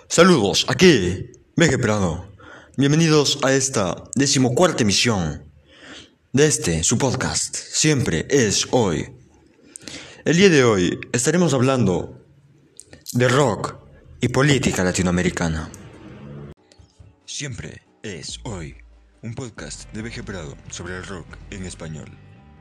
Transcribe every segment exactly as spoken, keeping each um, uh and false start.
Saludos, aquí, Veje Prado. Bienvenidos a esta decimocuarta emisión de este, su podcast, Siempre es Hoy. El día de hoy estaremos hablando de rock y política latinoamericana. Siempre es Hoy, un podcast de Veje Prado sobre el rock en español.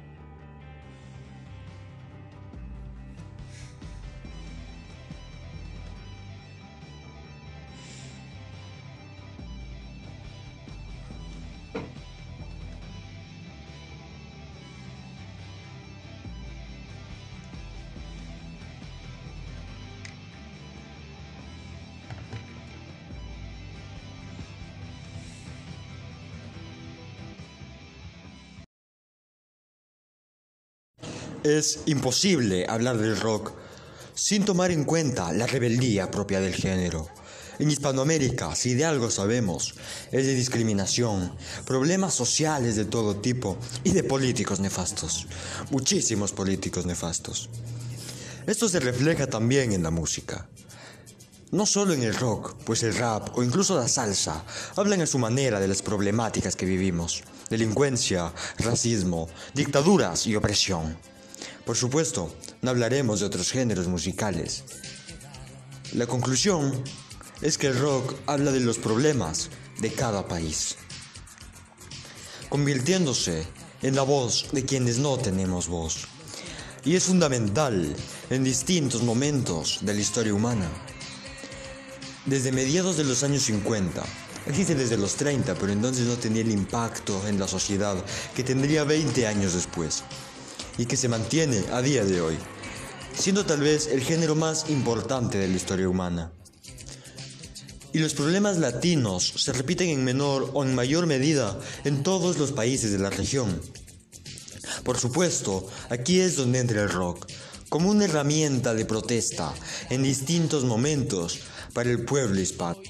Es imposible hablar del rock sin tomar en cuenta la rebeldía propia del género. En Hispanoamérica, si de algo sabemos, es de discriminación, problemas sociales de todo tipo y de políticos nefastos. Muchísimos políticos nefastos. Esto se refleja también en la música. No solo en el rock, pues el rap o incluso la salsa hablan a su manera de las problemáticas que vivimos. Delincuencia, racismo, dictaduras y opresión. Por supuesto, no hablaremos de otros géneros musicales. La conclusión es que el rock habla de los problemas de cada país, convirtiéndose en la voz de quienes no tenemos voz. Y es fundamental en distintos momentos de la historia humana. Desde mediados de los años cincuenta, existe desde los treinta, pero entonces no tenía el impacto en la sociedad que tendría veinte años después, y que se mantiene a día de hoy, siendo tal vez el género más importante de la historia humana. Y los problemas latinos se repiten en menor o en mayor medida en todos los países de la región. Por supuesto, aquí es donde entra el rock, como una herramienta de protesta en distintos momentos para el pueblo hispano.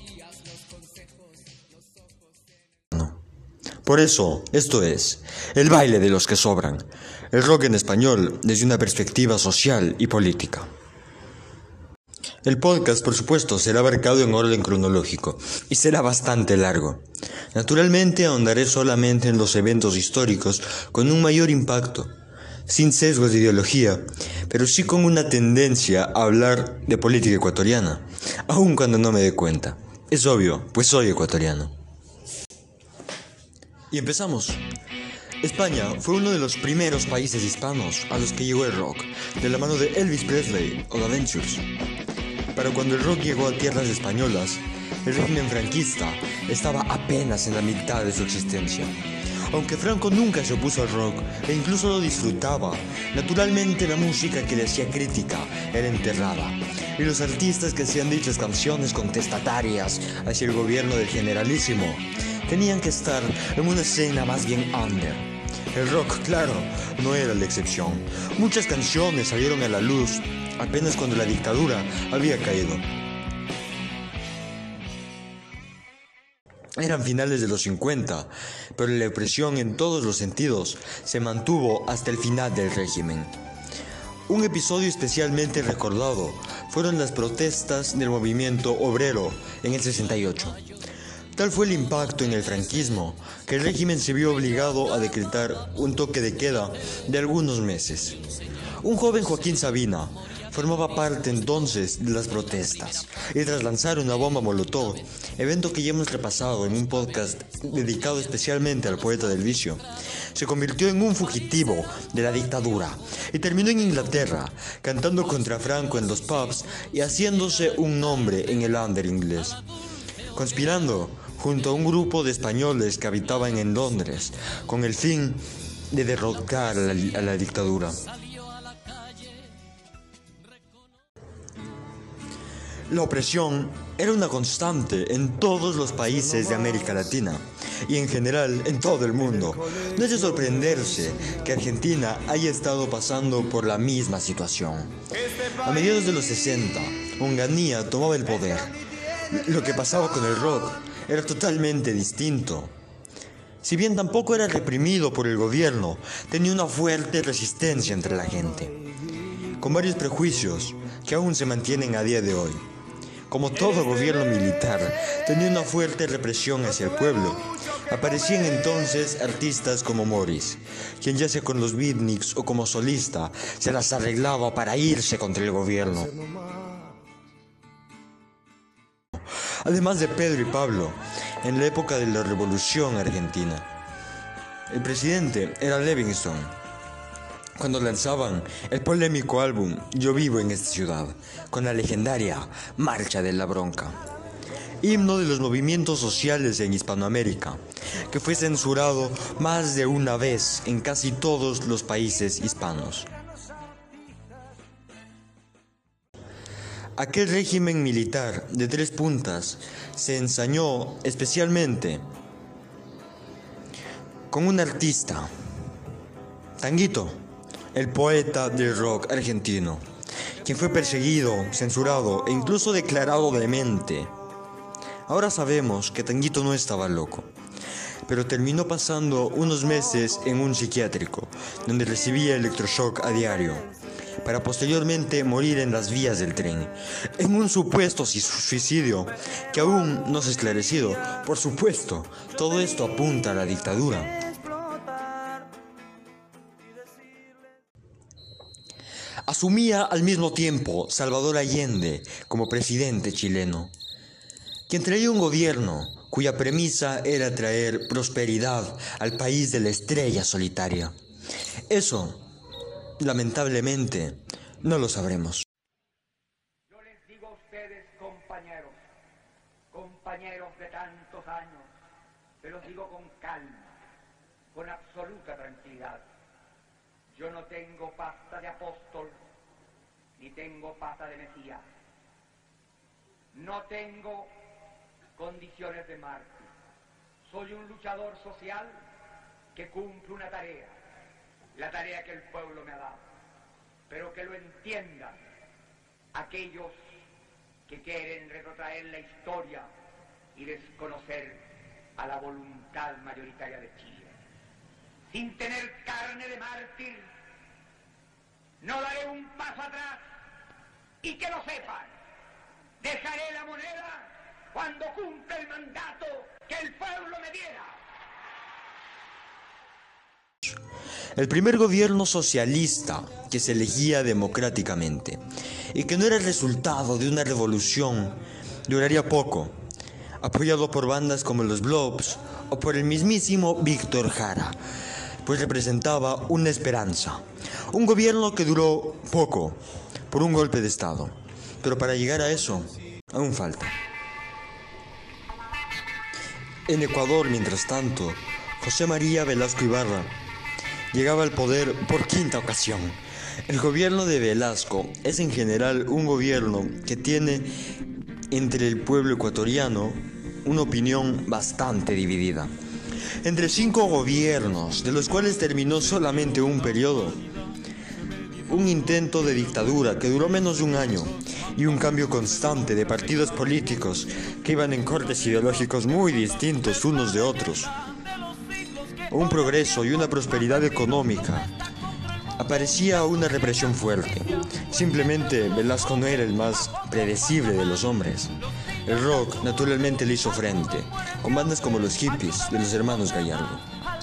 Por eso, esto es, el baile de los que sobran, el rock en español desde una perspectiva social y política. El podcast, por supuesto, será abarcado en orden cronológico y será bastante largo. Naturalmente ahondaré solamente en los eventos históricos con un mayor impacto, sin sesgos de ideología, pero sí con una tendencia a hablar de política ecuatoriana, aun cuando no me dé cuenta. Es obvio, pues soy ecuatoriano. Y empezamos. España fue uno de los primeros países hispanos a los que llegó el rock, de la mano de Elvis Presley o The Ventures. Pero cuando el rock llegó a tierras españolas, el régimen franquista estaba apenas en la mitad de su existencia. Aunque Franco nunca se opuso al rock e incluso lo disfrutaba, naturalmente la música que le hacía crítica era enterrada, y los artistas que hacían dichas canciones contestatarias hacia el gobierno del generalísimo tenían que estar en una escena más bien under. El rock, claro, no era la excepción. Muchas canciones salieron a la luz apenas cuando la dictadura había caído. Eran finales de los cincuenta, pero la opresión en todos los sentidos se mantuvo hasta el final del régimen. Un episodio especialmente recordado fueron las protestas del movimiento obrero en el sesenta y ocho. Tal fue el impacto en el franquismo que el régimen se vio obligado a decretar un toque de queda de algunos meses. Un joven Joaquín Sabina formaba parte entonces de las protestas y tras lanzar una bomba molotov, evento que ya hemos repasado en un podcast dedicado especialmente al poeta del vicio, se convirtió en un fugitivo de la dictadura y terminó en Inglaterra cantando contra Franco en los pubs y haciéndose un nombre en el under inglés, conspirando junto a un grupo de españoles que habitaban en Londres con el fin de derrocar a la, a la dictadura. La opresión era una constante en todos los países de América Latina y en general en todo el mundo. No es de sorprenderse que Argentina haya estado pasando por la misma situación. A mediados de los sesenta, Onganía tomaba el poder. Lo que pasaba con el rock era totalmente distinto. Si bien tampoco era reprimido por el gobierno, tenía una fuerte resistencia entre la gente, con varios prejuicios que aún se mantienen a día de hoy. como todo gobierno militar, tenía una fuerte represión hacia el pueblo. Aparecían entonces artistas como Morris, quien ya sea con los beatniks o como solista, se las arreglaba para irse contra el gobierno. Además de Pedro y Pablo, en la época de la Revolución Argentina. El presidente era Livingston, cuando lanzaban el polémico álbum Yo vivo en esta ciudad, con la legendaria Marcha de la Bronca, himno de los movimientos sociales en Hispanoamérica, que fue censurado más de una vez en casi todos los países hispanos. Aquel régimen militar de tres puntas se ensañó especialmente con un artista, Tanguito, el poeta del rock argentino, quien fue perseguido, censurado e incluso declarado demente. Ahora sabemos que Tanguito no estaba loco, pero terminó pasando unos meses en un psiquiátrico, donde recibía electroshock a diario, para posteriormente morir en las vías del tren, en un supuesto suicidio que aún no se ha esclarecido. Por supuesto, todo esto apunta a la dictadura. Asumía al mismo tiempo Salvador Allende como presidente chileno, quien traía un gobierno cuya premisa era traer prosperidad al país de la estrella solitaria. Eso, lamentablemente, no lo sabremos. Yo les digo a ustedes, compañeros, compañeros de tantos años, se los digo con calma, con absoluta tranquilidad. Yo no tengo pasta de apóstol, ni tengo pasta de Mesías. No tengo condiciones de mártir. Soy un luchador social que cumple una tarea, la tarea que el pueblo me ha dado. Pero que lo entiendan aquellos que quieren retrotraer la historia y desconocer a la voluntad mayoritaria de Chile. Sin tener carne de mártir, no daré un paso atrás, y que lo sepan, dejaré la moneda cuando cumpla el mandato que el pueblo me diera. El primer gobierno socialista que se elegía democráticamente y que no era el resultado de una revolución duraría poco, apoyado por bandas como los Blobs o por el mismísimo Víctor Jara, pues representaba una esperanza. Un gobierno que duró poco, por un golpe de Estado. Pero para llegar a eso, aún falta. En Ecuador, mientras tanto, José María Velasco Ibarra llegaba al poder por quinta ocasión. El gobierno de Velasco es en general un gobierno que tiene entre el pueblo ecuatoriano una opinión bastante dividida. Entre cinco gobiernos, de los cuales terminó solamente un periodo, un intento de dictadura que duró menos de un año y un cambio constante de partidos políticos que iban en cortes ideológicos muy distintos unos de otros, un progreso y una prosperidad económica, aparecía una represión fuerte. Simplemente Velasco no era el más predecible de los hombres. El rock naturalmente le hizo frente, con bandas como los Hippies de los hermanos Gallardo.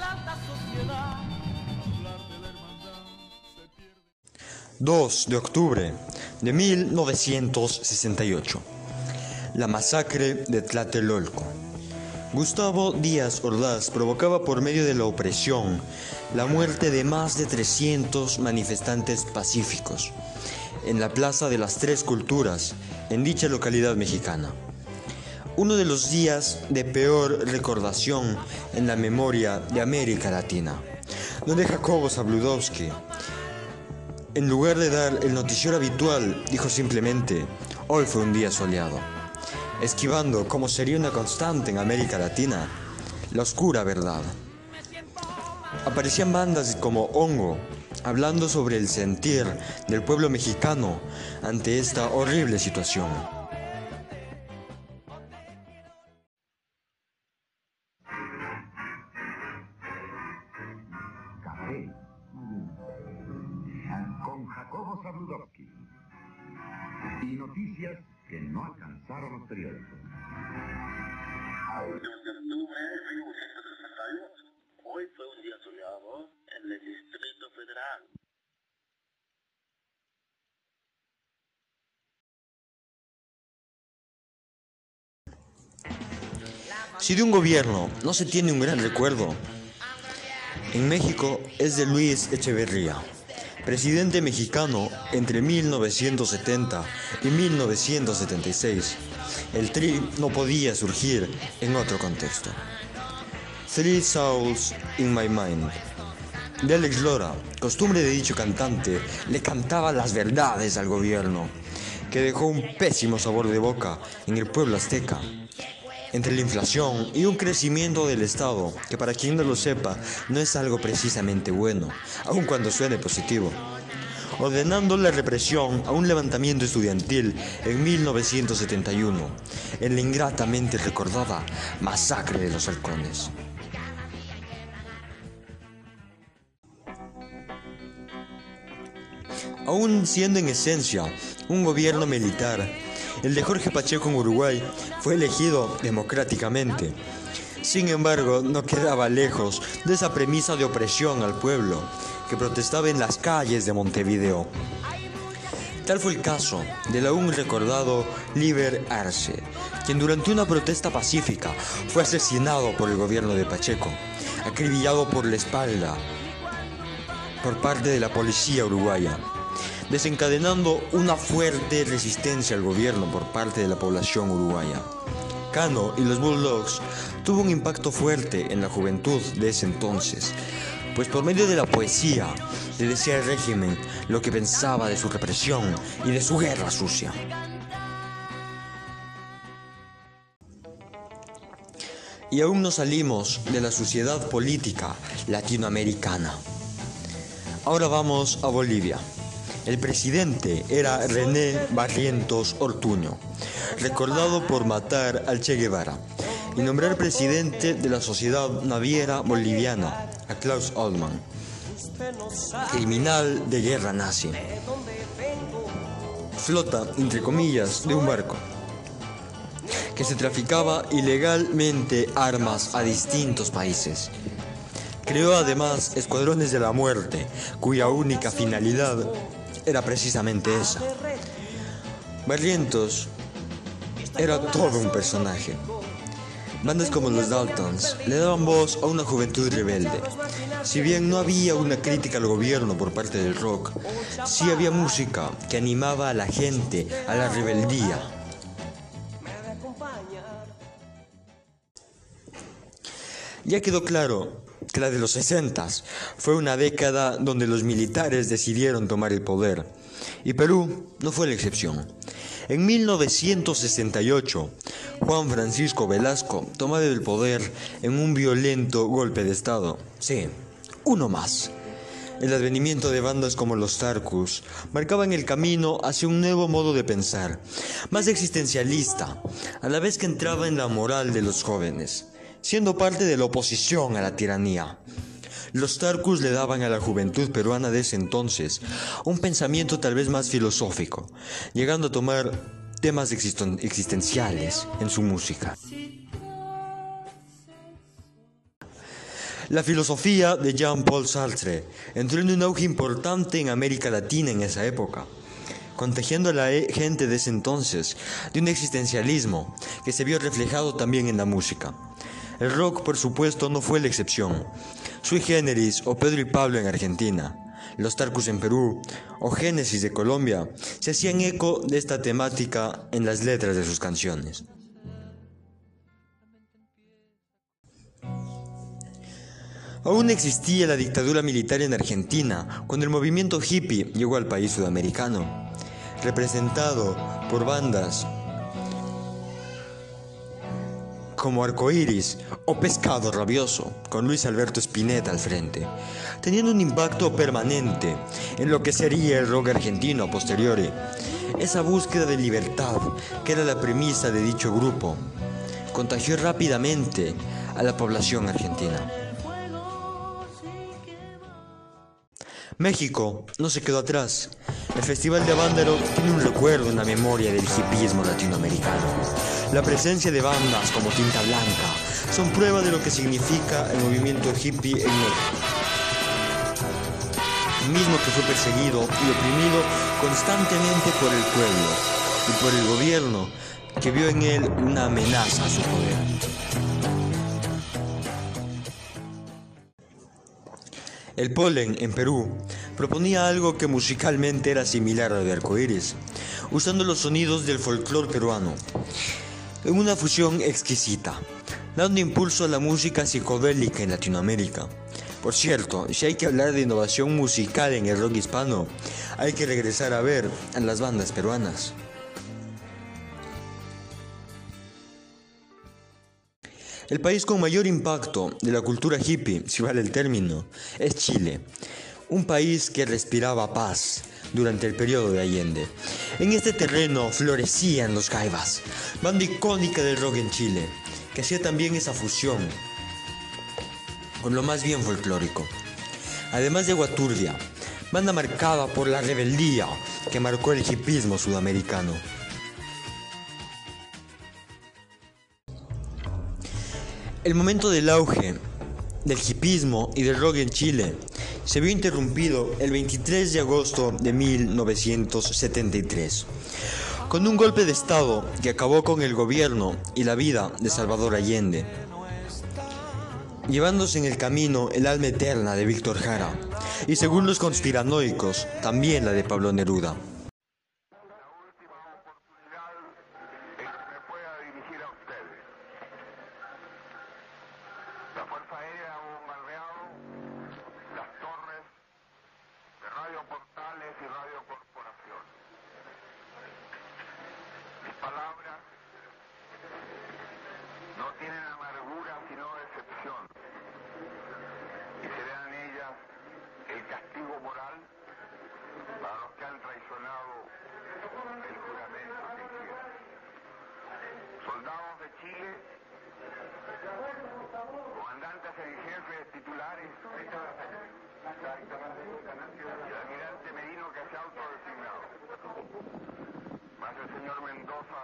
dos de octubre de mil novecientos sesenta y ocho. La masacre de Tlatelolco. Gustavo Díaz Ordaz provocaba por medio de la opresión la muerte de más de trescientos manifestantes pacíficos en la Plaza de las Tres Culturas, en dicha localidad mexicana. Uno de los días de peor recordación en la memoria de América Latina, donde Jacobo Zabludovsky, en lugar de dar el noticiero habitual, dijo simplemente: hoy fue un día soleado, esquivando, como sería una constante en América Latina, la oscura verdad. Aparecían bandas como Hongo, hablando sobre el sentir del pueblo mexicano ante esta horrible situación. Café con Jacobo Zabludovsky y noticias que no alcanzaron los periódicos. Hoy fue un día soleado en el Distrito Federal. Si de un gobierno no se tiene un gran recuerdo, en México es de Luis Echeverría, presidente mexicano entre mil novecientos setenta y mil novecientos setenta y seis. El Tri no podía surgir en otro contexto. Three Souls in My Mind, de Alex Lora, costumbre de dicho cantante, le cantaba las verdades al gobierno, que dejó un pésimo sabor de boca en el pueblo azteca. Entre la inflación y un crecimiento del Estado, que para quien no lo sepa, no es algo precisamente bueno, aun cuando suene positivo, ordenando la represión a un levantamiento estudiantil en mil novecientos setenta y uno, en la ingratamente recordada masacre de los halcones. Aún siendo en esencia un gobierno militar, el de Jorge Pacheco en Uruguay fue elegido democráticamente. Sin embargo, no quedaba lejos de esa premisa de opresión al pueblo que protestaba en las calles de Montevideo. Tal fue el caso del aún recordado Liber Arce, quien durante una protesta pacífica fue asesinado por el gobierno de Pacheco, acribillado por la espalda por parte de la policía uruguaya, desencadenando una fuerte resistencia al gobierno por parte de la población uruguaya. Cano y los Bulldogs tuvo un impacto fuerte en la juventud de ese entonces, pues por medio de la poesía le decía al régimen lo que pensaba de su represión y de su guerra sucia. Y aún no salimos de la suciedad política latinoamericana. Ahora vamos a Bolivia. El presidente era René Barrientos Ortuño, recordado por matar al Che Guevara y nombrar presidente de la Sociedad Naviera Boliviana a Klaus Oldman, criminal de guerra nazi. Flota, entre comillas, de un barco que se traficaba ilegalmente armas a distintos países. Creó además escuadrones de la muerte, cuya única finalidad era precisamente esa. Barrientos era todo un personaje. Bandas como los Daltons le daban voz a una juventud rebelde. Si bien no había una crítica al gobierno por parte del rock, sí había música que animaba a la gente a la rebeldía. Ya quedó claro que la de los sesentas fue una década donde los militares decidieron tomar el poder, y Perú no fue la excepción. En mil novecientos sesenta y ocho, Juan Francisco Velasco tomaba el poder en un violento golpe de Estado. Sí, uno más. El advenimiento de bandas como los Tarkus marcaban el camino hacia un nuevo modo de pensar, más existencialista, a la vez que entraba en la moral de los jóvenes, siendo parte de la oposición a la tiranía. Los Tarkus le daban a la juventud peruana de ese entonces un pensamiento tal vez más filosófico, llegando a tomar temas existen- existenciales en su música. La filosofía de Jean-Paul Sartre entró en un auge importante en América Latina en esa época, contagiando a la gente de ese entonces de un existencialismo que se vio reflejado también en la música. El rock, por supuesto, no fue la excepción. Sui Generis o Pedro y Pablo en Argentina, los Tarkus en Perú o Génesis de Colombia se hacían eco de esta temática en las letras de sus canciones. Aún existía la dictadura militar en Argentina cuando el movimiento hippie llegó al país sudamericano, representado por bandas como Arcoíris o Pescado Rabioso, con Luis Alberto Spinetta al frente, teniendo un impacto permanente en lo que sería el rock argentino a posteriori. Esa búsqueda de libertad, que era la premisa de dicho grupo, contagió rápidamente a la población argentina. México no se quedó atrás. El Festival de Avándaro tiene un recuerdo en la memoria del hipismo latinoamericano. La presencia de bandas como Tinta Blanca son prueba de lo que significa el movimiento hippie en México, mismo que fue perseguido y oprimido constantemente por el pueblo y por el gobierno, que vio en él una amenaza a su poder. El Polen, en Perú, proponía algo que musicalmente era similar a lo de Arcoíris, usando los sonidos del folclore peruano, en una fusión exquisita, dando impulso a la música psicodélica en Latinoamérica. Por cierto, si hay que hablar de innovación musical en el rock hispano, hay que regresar a ver a las bandas peruanas. El país con mayor impacto de la cultura hippie, si vale el término, es Chile, un país que respiraba paz durante el periodo de Allende. En este terreno florecían los Jaivas, banda icónica del rock en Chile, que hacía también esa fusión con lo más bien folclórico. Además de Guaturbia, banda marcada por la rebeldía que marcó el hippismo sudamericano. El momento del auge del hippismo y del rock en Chile se vio interrumpido el veintitrés de agosto de mil novecientos setenta y tres, con un golpe de estado que acabó con el gobierno y la vida de Salvador Allende, llevándose en el camino el alma eterna de Víctor Jara y, según los conspiranoicos, también la de Pablo Neruda. La Fuerza Aérea ha bombardeado las torres de Radio Portales y Radio Corporación. Mis palabras no tienen amargura sino decepción, y serán en ellas el castigo moral para los que han traicionado el juramento que hicieron. Soldados de Chile, comandantes en jefe, titulares, y el almirante Merino, que se ha autodesignado, más el señor Mendoza,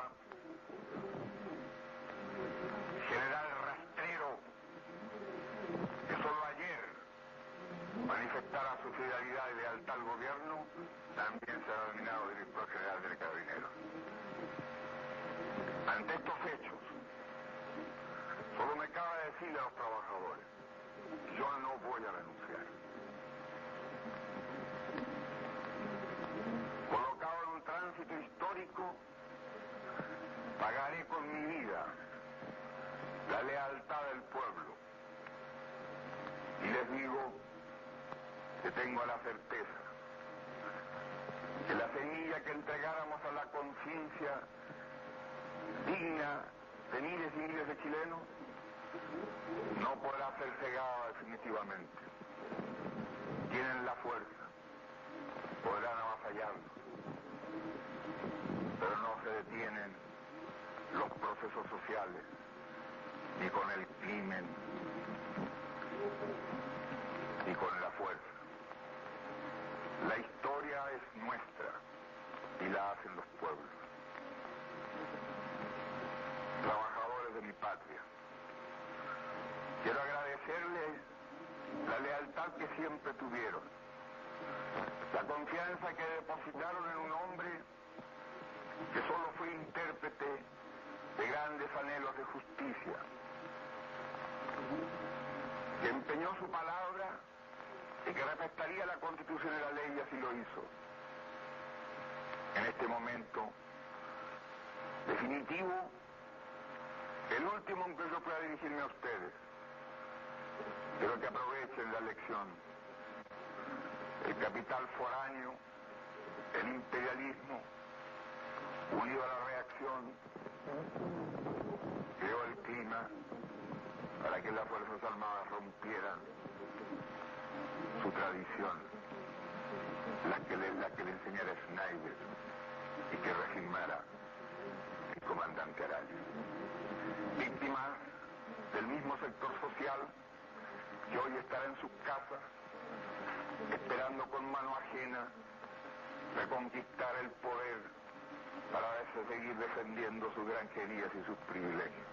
general rastrero, que solo ayer manifestara su fidelidad y lealtad al gobierno, también se ha denominado director general del Carabineros. Ante estos hechos, solo me cabe decirle a los trabajadores, yo no voy a renunciar. Colocado en un tránsito histórico, pagaré con mi vida la lealtad del pueblo. Y les digo que tengo la certeza que la semilla que entregáramos a la conciencia digna de miles y miles de chilenos no podrá ser cegada definitivamente. Tienen la fuerza, podrán avasallarnos, pero no se detienen los procesos sociales, ni con el crimen, ni con la fuerza. La historia es nuestra y la hacen los pueblos. Trabajadores de mi patria, quiero agradecerles la lealtad que siempre tuvieron, la confianza que depositaron en un hombre que solo fue intérprete de grandes anhelos de justicia, que empeñó su palabra y que respetaría la Constitución y la ley, y así lo hizo. En este momento definitivo, el último en que yo pueda dirigirme a ustedes, quiero que aprovechen la lección. El capital foráneo, el imperialismo, unido a la reacción, creó el clima para que las Fuerzas Armadas rompieran su tradición, la que le, la que le enseñara Schneider y que regimara el comandante Araya. Víctimas del mismo sector social que hoy estará en sus casas esperando con mano ajena reconquistar el poder para eso seguir defendiendo sus granjerías y sus privilegios.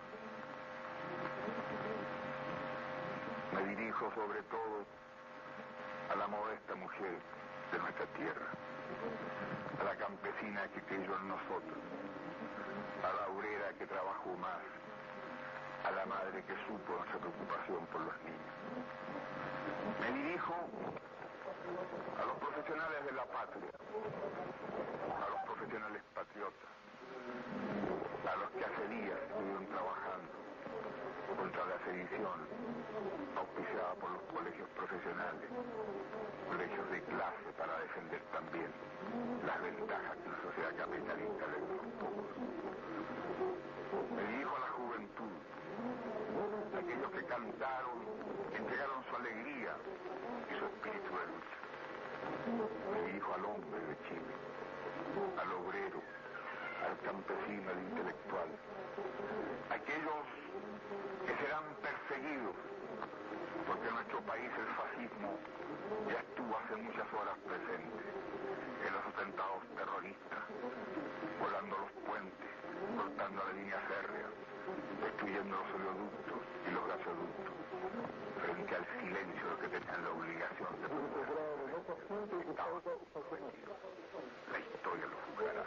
Me dirijo sobre todo a la modesta mujer de nuestra tierra, a la campesina que creyó en nosotros, a la obrera que trabajó más, a la madre que supo nuestra preocupación por los niños. Me dirijo a los profesionales de la patria, a los profesionales patriotas, a los que hace días estuvieron trabajando contra la sedición auspiciada por los colegios profesionales, colegios de clase para defender también las ventajas que la sociedad capitalista le da a los pocos. Me dirijo a la juventud, aquellos que cantaron, que entregaron su alegría y su espíritu de lucha. Me dirijo al hombre de Chile, al obrero, al campesino, al intelectual, aquellos que serán perseguidos, porque en nuestro país el fascismo ya estuvo hace muchas horas presente en los atentados terroristas, volando los puentes, cortando la línea férrea, destruyendo los oleoductos y los gasoductos, frente al silencio de que tenían la obligación de proteger. Estaban comprometidos. La historia lo juzgará.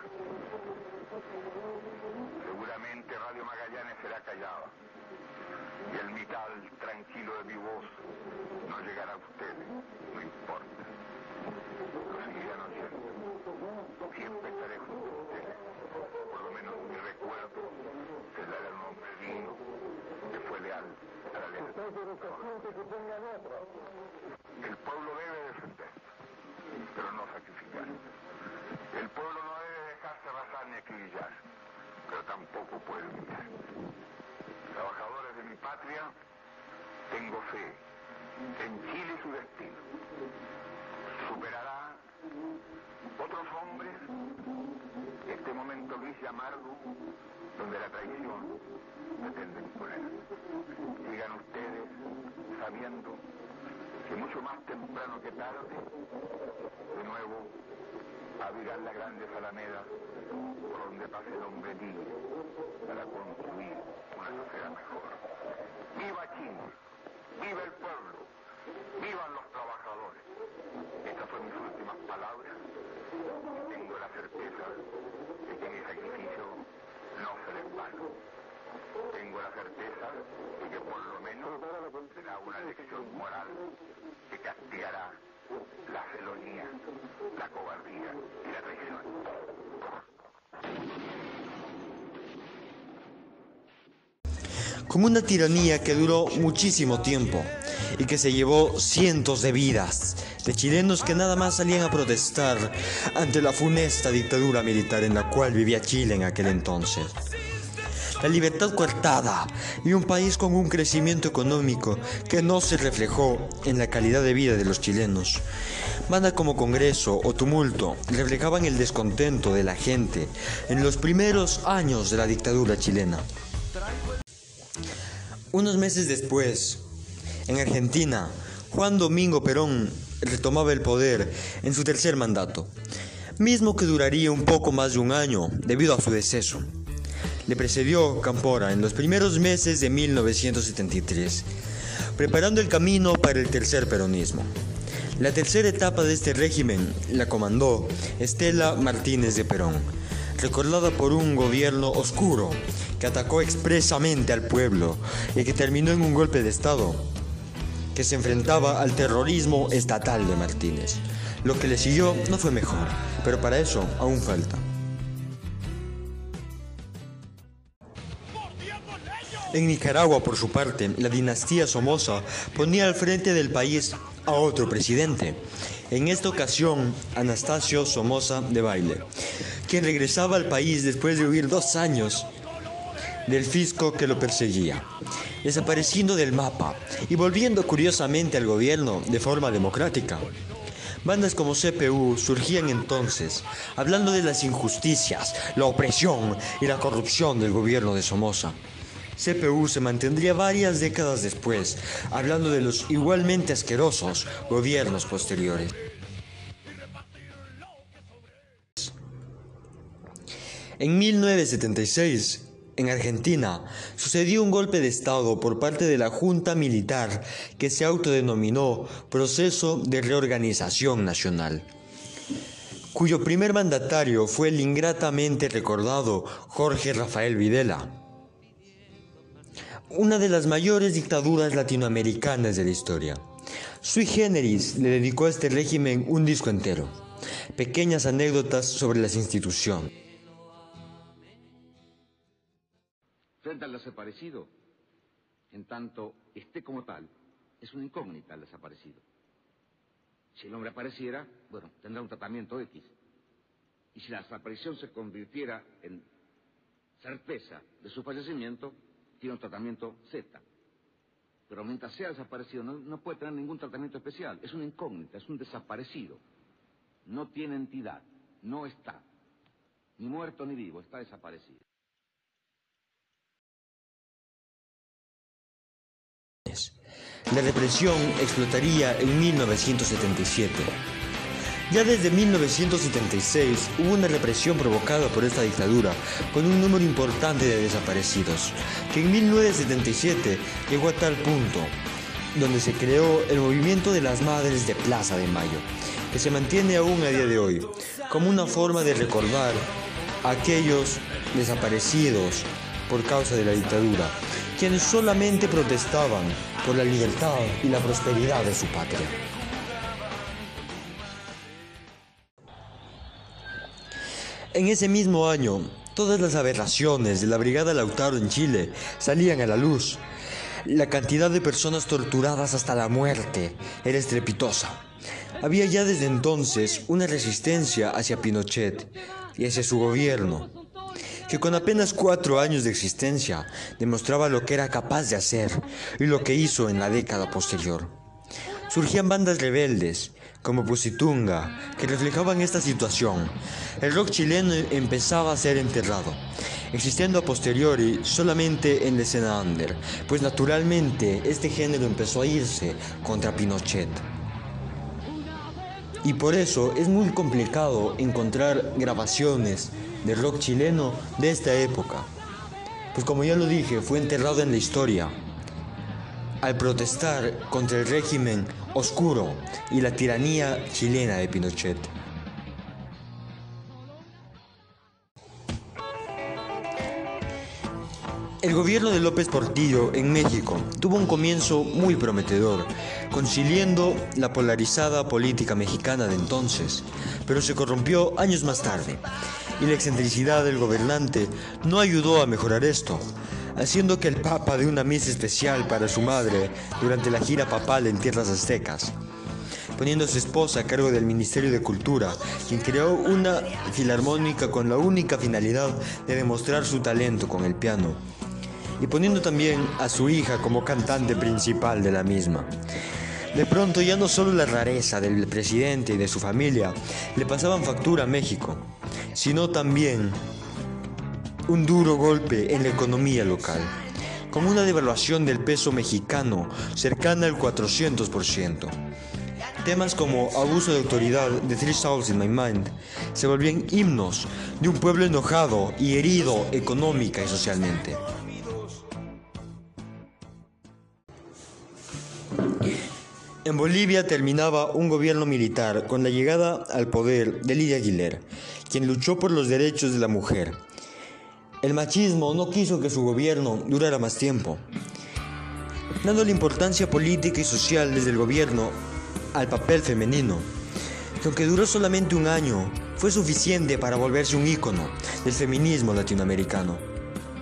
Seguramente Radio Magallanes será callada y el mitad tranquilo de mi voz no llegará a ustedes, no importa. Lo seguirán oyendo. Siempre estaré junto a ustedes. Por lo menos mi recuerdo será de un hombre digno que fue leal a la ley. El pueblo debe defender, pero no sacrificar. El pueblo no debe dejarse arrasar ni acribillar, pero tampoco puede humillar. Trabajadores de mi patria, tengo fe en Chile y su destino. Superará otros hombres este momento gris y amargo donde la traición pretende imponer. Sigan ustedes sabiendo que mucho más temprano que tarde, de nuevo, abrirán las grandes alamedas por donde pase el hombre libre para construir una sociedad mejor. ¡Viva Chile! ¡Viva el pueblo! ¡Vivan los trabajadores! Estas fueron mis últimas palabras y tengo la certeza de que mi sacrificio no será en vano. Tengo la certeza de que por lo menos será una lección moral que castigará la felonía, la cobardía y la traición. Como una tiranía que duró muchísimo tiempo y que se llevó cientos de vidas de chilenos que nada más salían a protestar ante la funesta dictadura militar en la cual vivía Chile en aquel entonces. La libertad coartada y un país con un crecimiento económico que no se reflejó en la calidad de vida de los chilenos. Bandas como Congreso o Tumulto reflejaban el descontento de la gente en los primeros años de la dictadura chilena. Unos meses después, en Argentina, Juan Domingo Perón retomaba el poder en su tercer mandato, mismo que duraría un poco más de un año debido a su deceso. Le precedió Cámpora en los primeros meses de mil novecientos setenta y tres, preparando el camino para el tercer peronismo. La tercera etapa de este régimen la comandó Estela Martínez de Perón, recordada por un gobierno oscuro que atacó expresamente al pueblo y que terminó en un golpe de Estado que se enfrentaba al terrorismo estatal de Martínez. Lo que le siguió no fue mejor, pero para eso aún falta. En Nicaragua, por su parte, la dinastía Somoza ponía al frente del país a otro presidente, en esta ocasión Anastasio Somoza Debayle, quien regresaba al país después de huir dos años del fisco que lo perseguía, desapareciendo del mapa y volviendo curiosamente al gobierno de forma democrática. Bandas como C P U surgían entonces, hablando de las injusticias, la opresión y la corrupción del gobierno de Somoza. C P U se mantendría varias décadas después, hablando de los igualmente asquerosos gobiernos posteriores. En mil novecientos setenta y seis, en Argentina, sucedió un golpe de Estado por parte de la Junta Militar que se autodenominó Proceso de Reorganización Nacional, cuyo primer mandatario fue el ingratamente recordado Jorge Rafael Videla. Una de las mayores dictaduras latinoamericanas de la historia. Sui Generis le dedicó a este régimen un disco entero. Pequeñas anécdotas sobre las instituciones. Frente al desaparecido, en tanto esté como tal, es una incógnita el desaparecido. Si el hombre apareciera, bueno, tendrá un tratamiento X. Y si la desaparición se convirtiera en certeza de su fallecimiento, tiene un tratamiento Z. Pero mientras sea desaparecido, no, no puede tener ningún tratamiento especial. Es una incógnita, es un desaparecido. No tiene entidad, no está. Ni muerto ni vivo, está desaparecido. La represión explotaría en mil novecientos setenta y siete. Ya desde mil novecientos setenta y seis hubo una represión provocada por esta dictadura con un número importante de desaparecidos, que en mil novecientos setenta y siete llegó a tal punto, donde se creó el movimiento de las Madres de Plaza de Mayo, que se mantiene aún a día de hoy, como una forma de recordar a aquellos desaparecidos por causa de la dictadura, quienes solamente protestaban por la libertad y la prosperidad de su patria. En ese mismo año, todas las aberraciones de la Brigada Lautaro en Chile salían a la luz. La cantidad de personas torturadas hasta la muerte era estrepitosa. Había ya desde entonces una resistencia hacia Pinochet y hacia su gobierno, que con apenas cuatro años de existencia demostraba lo que era capaz de hacer y lo que hizo en la década posterior. Surgían bandas rebeldes, como Pusitunga, que reflejaban esta situación. El rock chileno empezaba a ser enterrado, existiendo a posteriori solamente en la escena under, pues naturalmente este género empezó a irse contra Pinochet. Y por eso es muy complicado encontrar grabaciones de rock chileno de esta época, pues como ya lo dije, fue enterrado en la historia al protestar contra el régimen oscuro y la tiranía chilena de Pinochet. El gobierno de López Portillo en México tuvo un comienzo muy prometedor, conciliando la polarizada política mexicana de entonces, pero se corrompió años más tarde, y la excentricidad del gobernante no ayudó a mejorar esto, haciendo que el Papa dé una misa especial para su madre durante la gira papal en tierras aztecas, poniendo a su esposa a cargo del Ministerio de Cultura, quien creó una filarmónica con la única finalidad de demostrar su talento con el piano, y poniendo también a su hija como cantante principal de la misma. De pronto ya no solo la rareza del presidente y de su familia le pasaban factura a México, sino también un duro golpe en la economía local, con una devaluación del peso mexicano cercana al cuatrocientos por ciento. Temas como abuso de autoridad de Three Souls in My Mind se volvían himnos de un pueblo enojado y herido económica y socialmente. En Bolivia terminaba un gobierno militar con la llegada al poder de Lidia Aguilera, quien luchó por los derechos de la mujer. El machismo no quiso que su gobierno durara más tiempo, dando la importancia política y social desde el gobierno al papel femenino, que aunque duró solamente un año, fue suficiente para volverse un ícono del feminismo latinoamericano.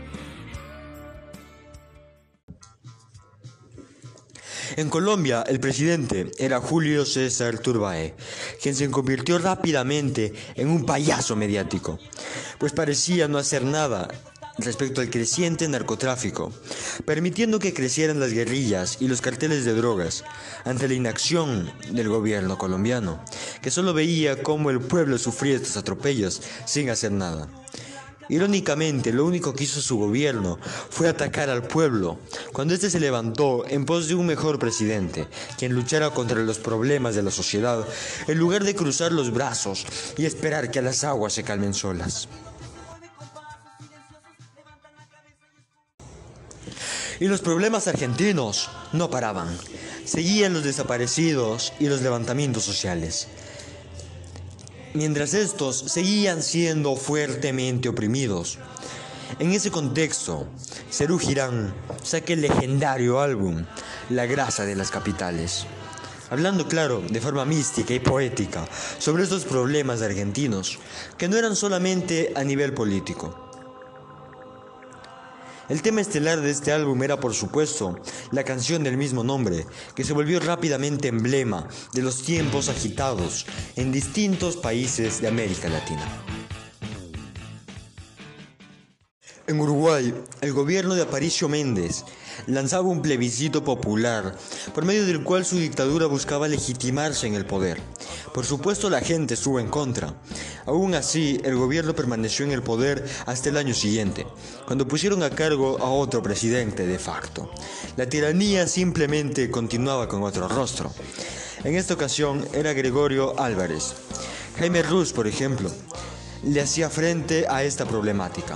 En Colombia, el presidente era Julio César Turbay, quien se convirtió rápidamente en un payaso mediático, pues parecía no hacer nada respecto al creciente narcotráfico, permitiendo que crecieran las guerrillas y los carteles de drogas ante la inacción del gobierno colombiano, que solo veía cómo el pueblo sufría estos atropellos sin hacer nada. Irónicamente, lo único que hizo su gobierno fue atacar al pueblo, cuando éste se levantó en pos de un mejor presidente, quien luchara contra los problemas de la sociedad, en lugar de cruzar los brazos y esperar que las aguas se calmen solas. Y los problemas argentinos no paraban. Seguían los desaparecidos y los levantamientos sociales. Mientras estos seguían siendo fuertemente oprimidos. En ese contexto, Serú Girán saca el legendario álbum La grasa de las capitales, hablando claro, de forma mística y poética, sobre estos problemas argentinos, que no eran solamente a nivel político. El tema estelar de este álbum era, por supuesto, la canción del mismo nombre, que se volvió rápidamente emblema de los tiempos agitados en distintos países de América Latina. En Uruguay, el gobierno de Aparicio Méndez lanzaba un plebiscito popular, por medio del cual su dictadura buscaba legitimarse en el poder. Por supuesto, la gente estuvo en contra. Aún así, el gobierno permaneció en el poder hasta el año siguiente, cuando pusieron a cargo a otro presidente de facto. La tiranía simplemente continuaba con otro rostro. En esta ocasión era Gregorio Álvarez. Jaime Roos, por ejemplo, le hacía frente a esta problemática.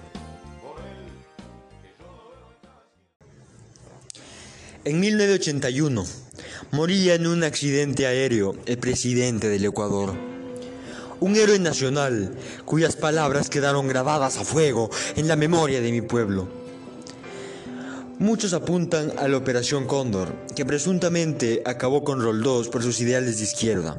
En mil novecientos ochenta y uno, moría en un accidente aéreo el presidente del Ecuador. Un héroe nacional cuyas palabras quedaron grabadas a fuego en la memoria de mi pueblo. Muchos apuntan a la Operación Cóndor, que presuntamente acabó con Roldós por sus ideales de izquierda.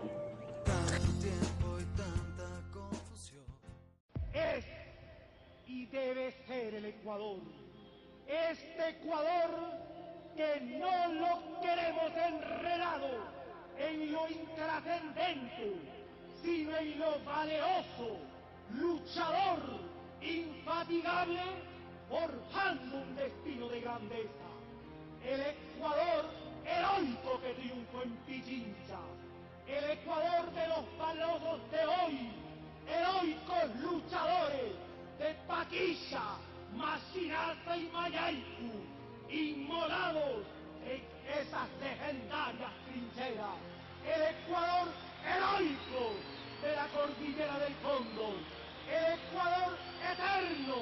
Es y debe ser el Ecuador. Este Ecuador que no lo queremos enredado en lo intrascendente, sino en lo valeroso, luchador, infatigable, forjando un destino de grandeza. El Ecuador heroico que triunfó en Pichincha, el Ecuador de los valerosos de hoy, heroicos luchadores de Paquilla, Machinaza y Mayaicu, inmolados en esas legendarias trincheras. El Ecuador heroico de la cordillera del Cóndor, el Ecuador eterno,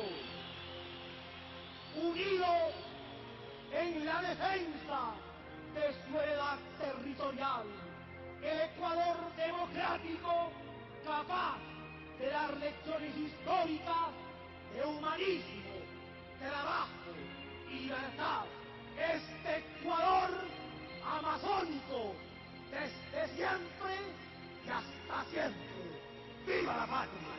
unido en la defensa de su heredad territorial, el Ecuador democrático capaz de dar lecciones históricas de humanismo, trabajo y libertad. Este Ecuador amazónico, desde siempre y hasta siempre. ¡Viva la patria!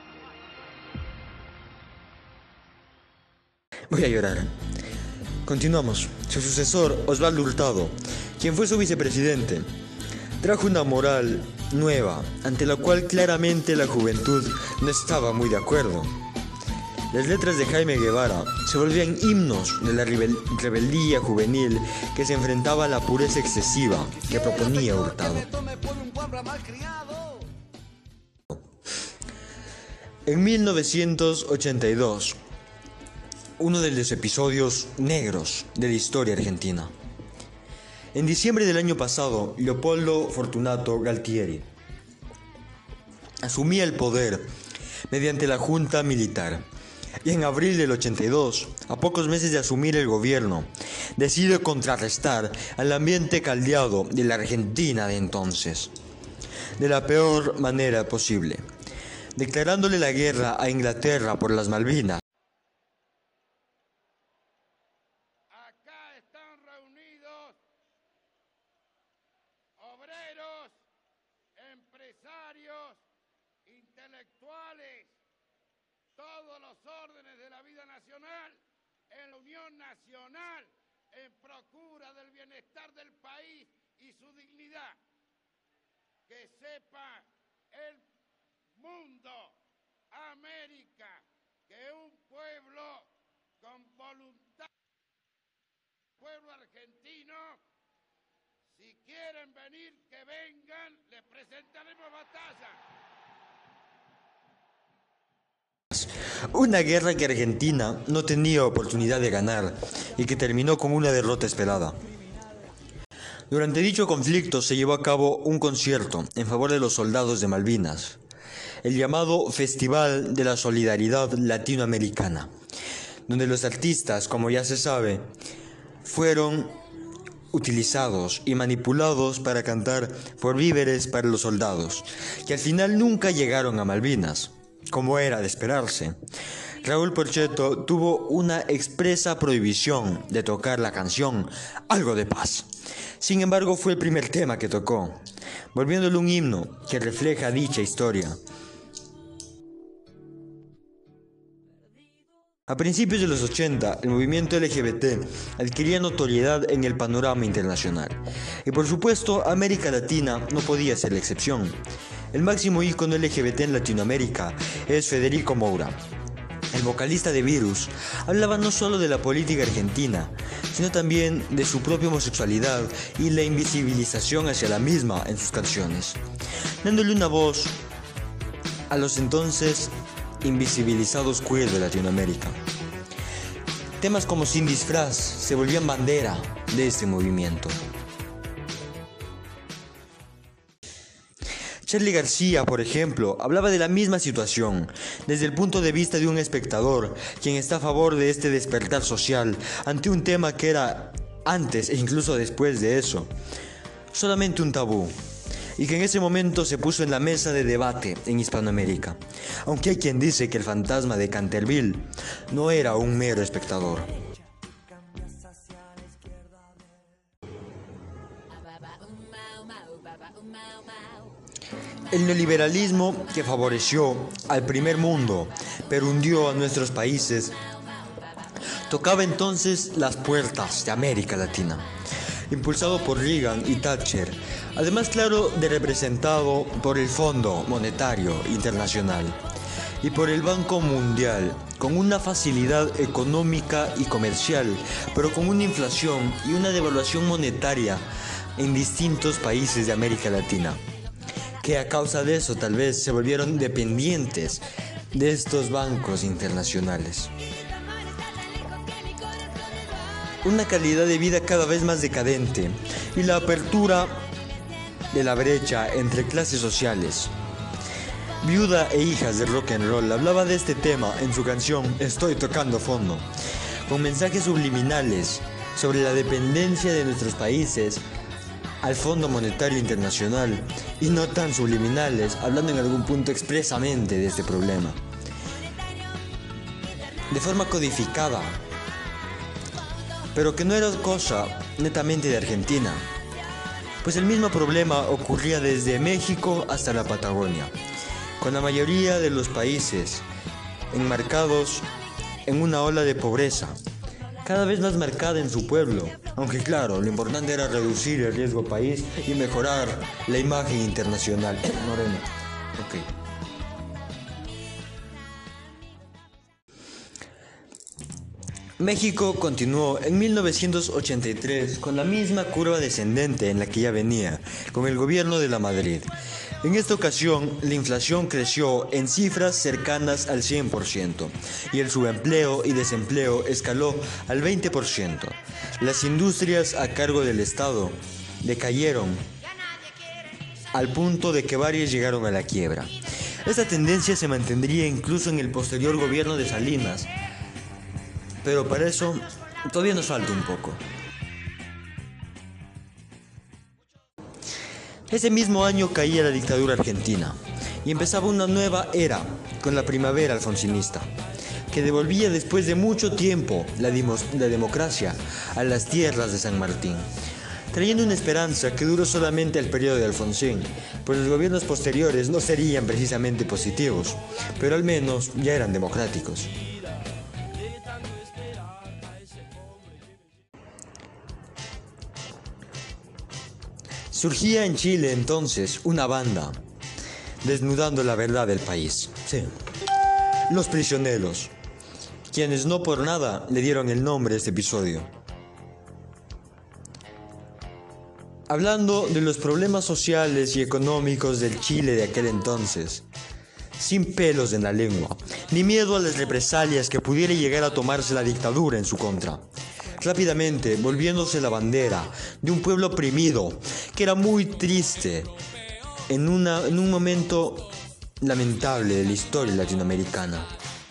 Voy a llorar. Continuamos. Su sucesor, Osvaldo Hurtado, quien fue su vicepresidente, trajo una moral nueva, ante la cual claramente la juventud no estaba muy de acuerdo. Las letras de Jaime Guevara se volvían himnos de la rebel- rebeldía juvenil que se enfrentaba a la pureza excesiva que proponía Hurtado. En mil novecientos ochenta y dos, uno de los episodios negros de la historia argentina. En diciembre del año pasado, Leopoldo Fortunato Galtieri asumía el poder mediante la Junta Militar. Y en abril del ochenta y dos, a pocos meses de asumir el gobierno, decide contrarrestar al ambiente caldeado de la Argentina de entonces, de la peor manera posible, declarándole la guerra a Inglaterra por las Malvinas. Acá están reunidos obreros, empresarios, intelectuales, todos los órdenes de la vida nacional, en la Unión Nacional, en procura del bienestar del país y su dignidad. Que sepa el mundo, América, que un pueblo con voluntad, pueblo argentino, si quieren venir, que vengan, les presentaremos batalla. Una guerra que Argentina no tenía oportunidad de ganar y que terminó con una derrota esperada. Durante dicho conflicto se llevó a cabo un concierto en favor de los soldados de Malvinas, el llamado Festival de la Solidaridad Latinoamericana, donde los artistas, como ya se sabe, fueron utilizados y manipulados para cantar por víveres para los soldados, que al final nunca llegaron a Malvinas, como era de esperarse. Raúl Porchetto tuvo una expresa prohibición de tocar la canción Algo de Paz. Sin embargo, fue el primer tema que tocó, volviéndolo un himno que refleja dicha historia. A principios de los ochenta, el movimiento L G B T adquiría notoriedad en el panorama internacional, y por supuesto, América Latina no podía ser la excepción. El máximo ícono L G B T en Latinoamérica es Federico Moura. El vocalista de Virus hablaba no solo de la política argentina, sino también de su propia homosexualidad y la invisibilización hacia la misma en sus canciones, dándole una voz a los entonces invisibilizados queer de Latinoamérica. Temas como Sin Disfraz se volvían bandera de este movimiento. Charly García, por ejemplo, hablaba de la misma situación, desde el punto de vista de un espectador, quien está a favor de este despertar social ante un tema que era, antes e incluso después de eso, solamente un tabú, y que en ese momento se puso en la mesa de debate en Hispanoamérica, aunque hay quien dice que el fantasma de Canterville no era un mero espectador. El neoliberalismo que favoreció al primer mundo, pero hundió a nuestros países, tocaba entonces las puertas de América Latina, impulsado por Reagan y Thatcher, además claro de representado por el Fondo Monetario Internacional y por el Banco Mundial, con una facilidad económica y comercial, pero con una inflación y una devaluación monetaria en distintos países de América Latina, que a causa de eso tal vez se volvieron dependientes de estos bancos internacionales. Una calidad de vida cada vez más decadente y la apertura de la brecha entre clases sociales. Viuda e Hijas del Rock and Roll hablaba de este tema en su canción Estoy tocando fondo, con mensajes subliminales sobre la dependencia de nuestros países al Fondo Monetario Internacional y no tan subliminales, hablando en algún punto expresamente de este problema. De forma codificada, pero que no era cosa netamente de Argentina, pues el mismo problema ocurría desde México hasta la Patagonia, con la mayoría de los países enmarcados en una ola de pobreza, cada vez más marcada en su pueblo, aunque claro, lo importante era reducir el riesgo país y mejorar la imagen internacional. Moreno, ok. México continuó en mil novecientos ochenta y tres con la misma curva descendente en la que ya venía, con el gobierno de la Madrid. En esta ocasión, la inflación creció en cifras cercanas al cien por ciento y el subempleo y desempleo escaló al veinte por ciento. Las industrias a cargo del Estado decayeron al punto de que varias llegaron a la quiebra. Esta tendencia se mantendría incluso en el posterior gobierno de Salinas, pero para eso todavía nos falta un poco. Ese mismo año caía la dictadura argentina y empezaba una nueva era con la primavera alfonsinista, que devolvía después de mucho tiempo la, la democracia a las tierras de San Martín, trayendo una esperanza que duró solamente el periodo de Alfonsín, pues los gobiernos posteriores no serían precisamente positivos, pero al menos ya eran democráticos. Surgía en Chile entonces una banda, desnudando la verdad del país. Sí, Los Prisioneros, quienes no por nada le dieron el nombre a este episodio. Hablando de los problemas sociales y económicos del Chile de aquel entonces, sin pelos en la lengua, ni miedo a las represalias que pudiera llegar a tomarse la dictadura en su contra. Rápidamente volviéndose la bandera de un pueblo oprimido, que era muy triste en, una, en un momento lamentable de la historia latinoamericana.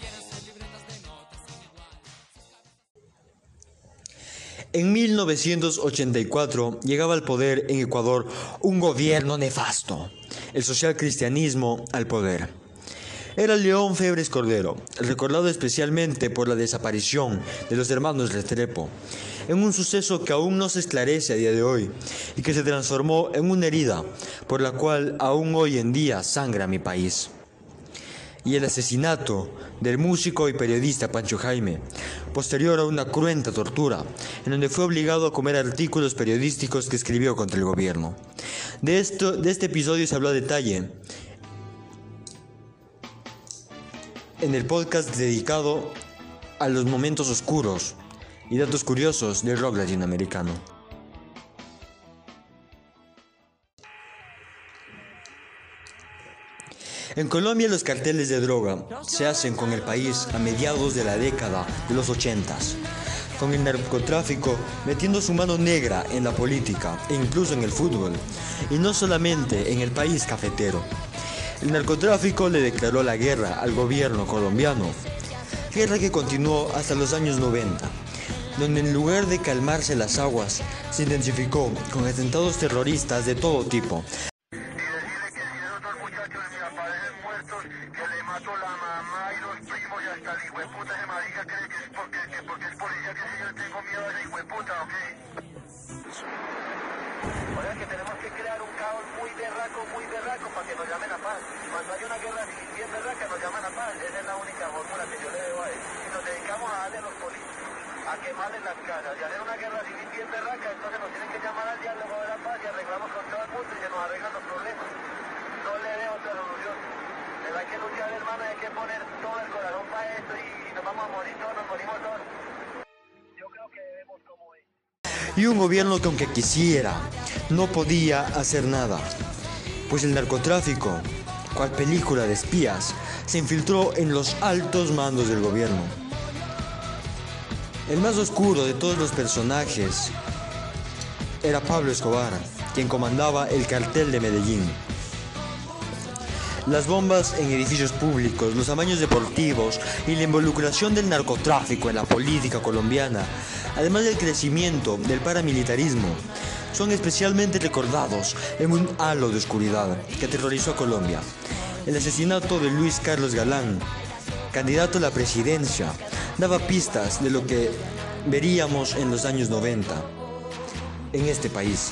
En mil novecientos ochenta y cuatro llegaba al poder en Ecuador un gobierno nefasto, el socialcristianismo al poder. Era León Febres Cordero, recordado especialmente por la desaparición de los hermanos Restrepo, en un suceso que aún no se esclarece a día de hoy y que se transformó en una herida por la cual aún hoy en día sangra mi país. Y el asesinato del músico y periodista Pancho Jaime, posterior a una cruenta tortura, en donde fue obligado a comer artículos periodísticos que escribió contra el gobierno. De, esto, de este episodio se habló a detalle en el podcast dedicado a los momentos oscuros y datos curiosos del rock latinoamericano. En Colombia los carteles de droga se hacen con el país a mediados de la década de los ochentas, con el narcotráfico metiendo su mano negra en la política e incluso en el fútbol, y no solamente en el país cafetero. El narcotráfico le declaró la guerra al gobierno colombiano, guerra que continuó hasta los años noventa, donde en lugar de calmarse las aguas, se intensificó con atentados terroristas de todo tipo. O sea que tenemos que crear un caos muy berraco, muy berraco para que nos llamen a paz. Cuando hay una guerra civil bien berraca nos llaman a paz. Esa es la única fórmula que yo le debo a él. Si nos dedicamos a darle a los políticos, a quemarles las casas y hacer una guerra civil bien berraca, entonces nos tienen que llamar al diálogo de la paz y arreglamos con todo el mundo y se nos arreglan los problemas. No le veo otra solución. Pero hay que luchar, hermano, hay que poner todo el corazón para esto y, y nos vamos a morir todos, nos morimos todos. Yo creo que debemos como es. Y un gobierno que aunque quisiera, no podía hacer nada, pues el narcotráfico, cual película de espías, se infiltró en los altos mandos del gobierno. El más oscuro de todos los personajes era Pablo Escobar, quien comandaba el cartel de Medellín. Las bombas en edificios públicos, los amaños deportivos y la involucración del narcotráfico en la política colombiana, además del crecimiento del paramilitarismo, son especialmente recordados en un halo de oscuridad que aterrorizó a Colombia. El asesinato de Luis Carlos Galán, candidato a la presidencia, daba pistas de lo que veríamos en los años noventa en este país.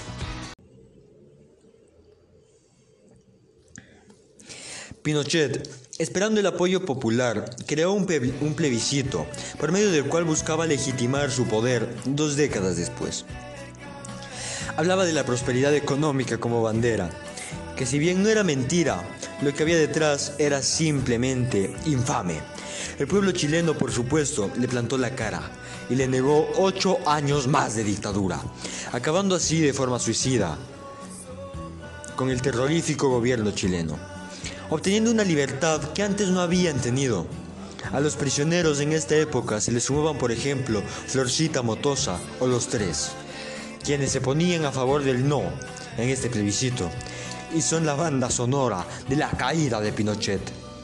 Pinochet, esperando el apoyo popular, creó un, un plebiscito por medio del cual buscaba legitimar su poder dos décadas después. Hablaba de la prosperidad económica como bandera, que si bien no era mentira, lo que había detrás era simplemente infame. El pueblo chileno, por supuesto, le plantó la cara y le negó ocho años más de dictadura, acabando así de forma suicida con el terrorífico gobierno chileno, obteniendo una libertad que antes no habían tenido. A los prisioneros en esta época se les sumaban, por ejemplo, Florcita Motosa o Los Tres, quienes se ponían a favor del no en este plebiscito, y son la banda sonora de la caída de Pinochet.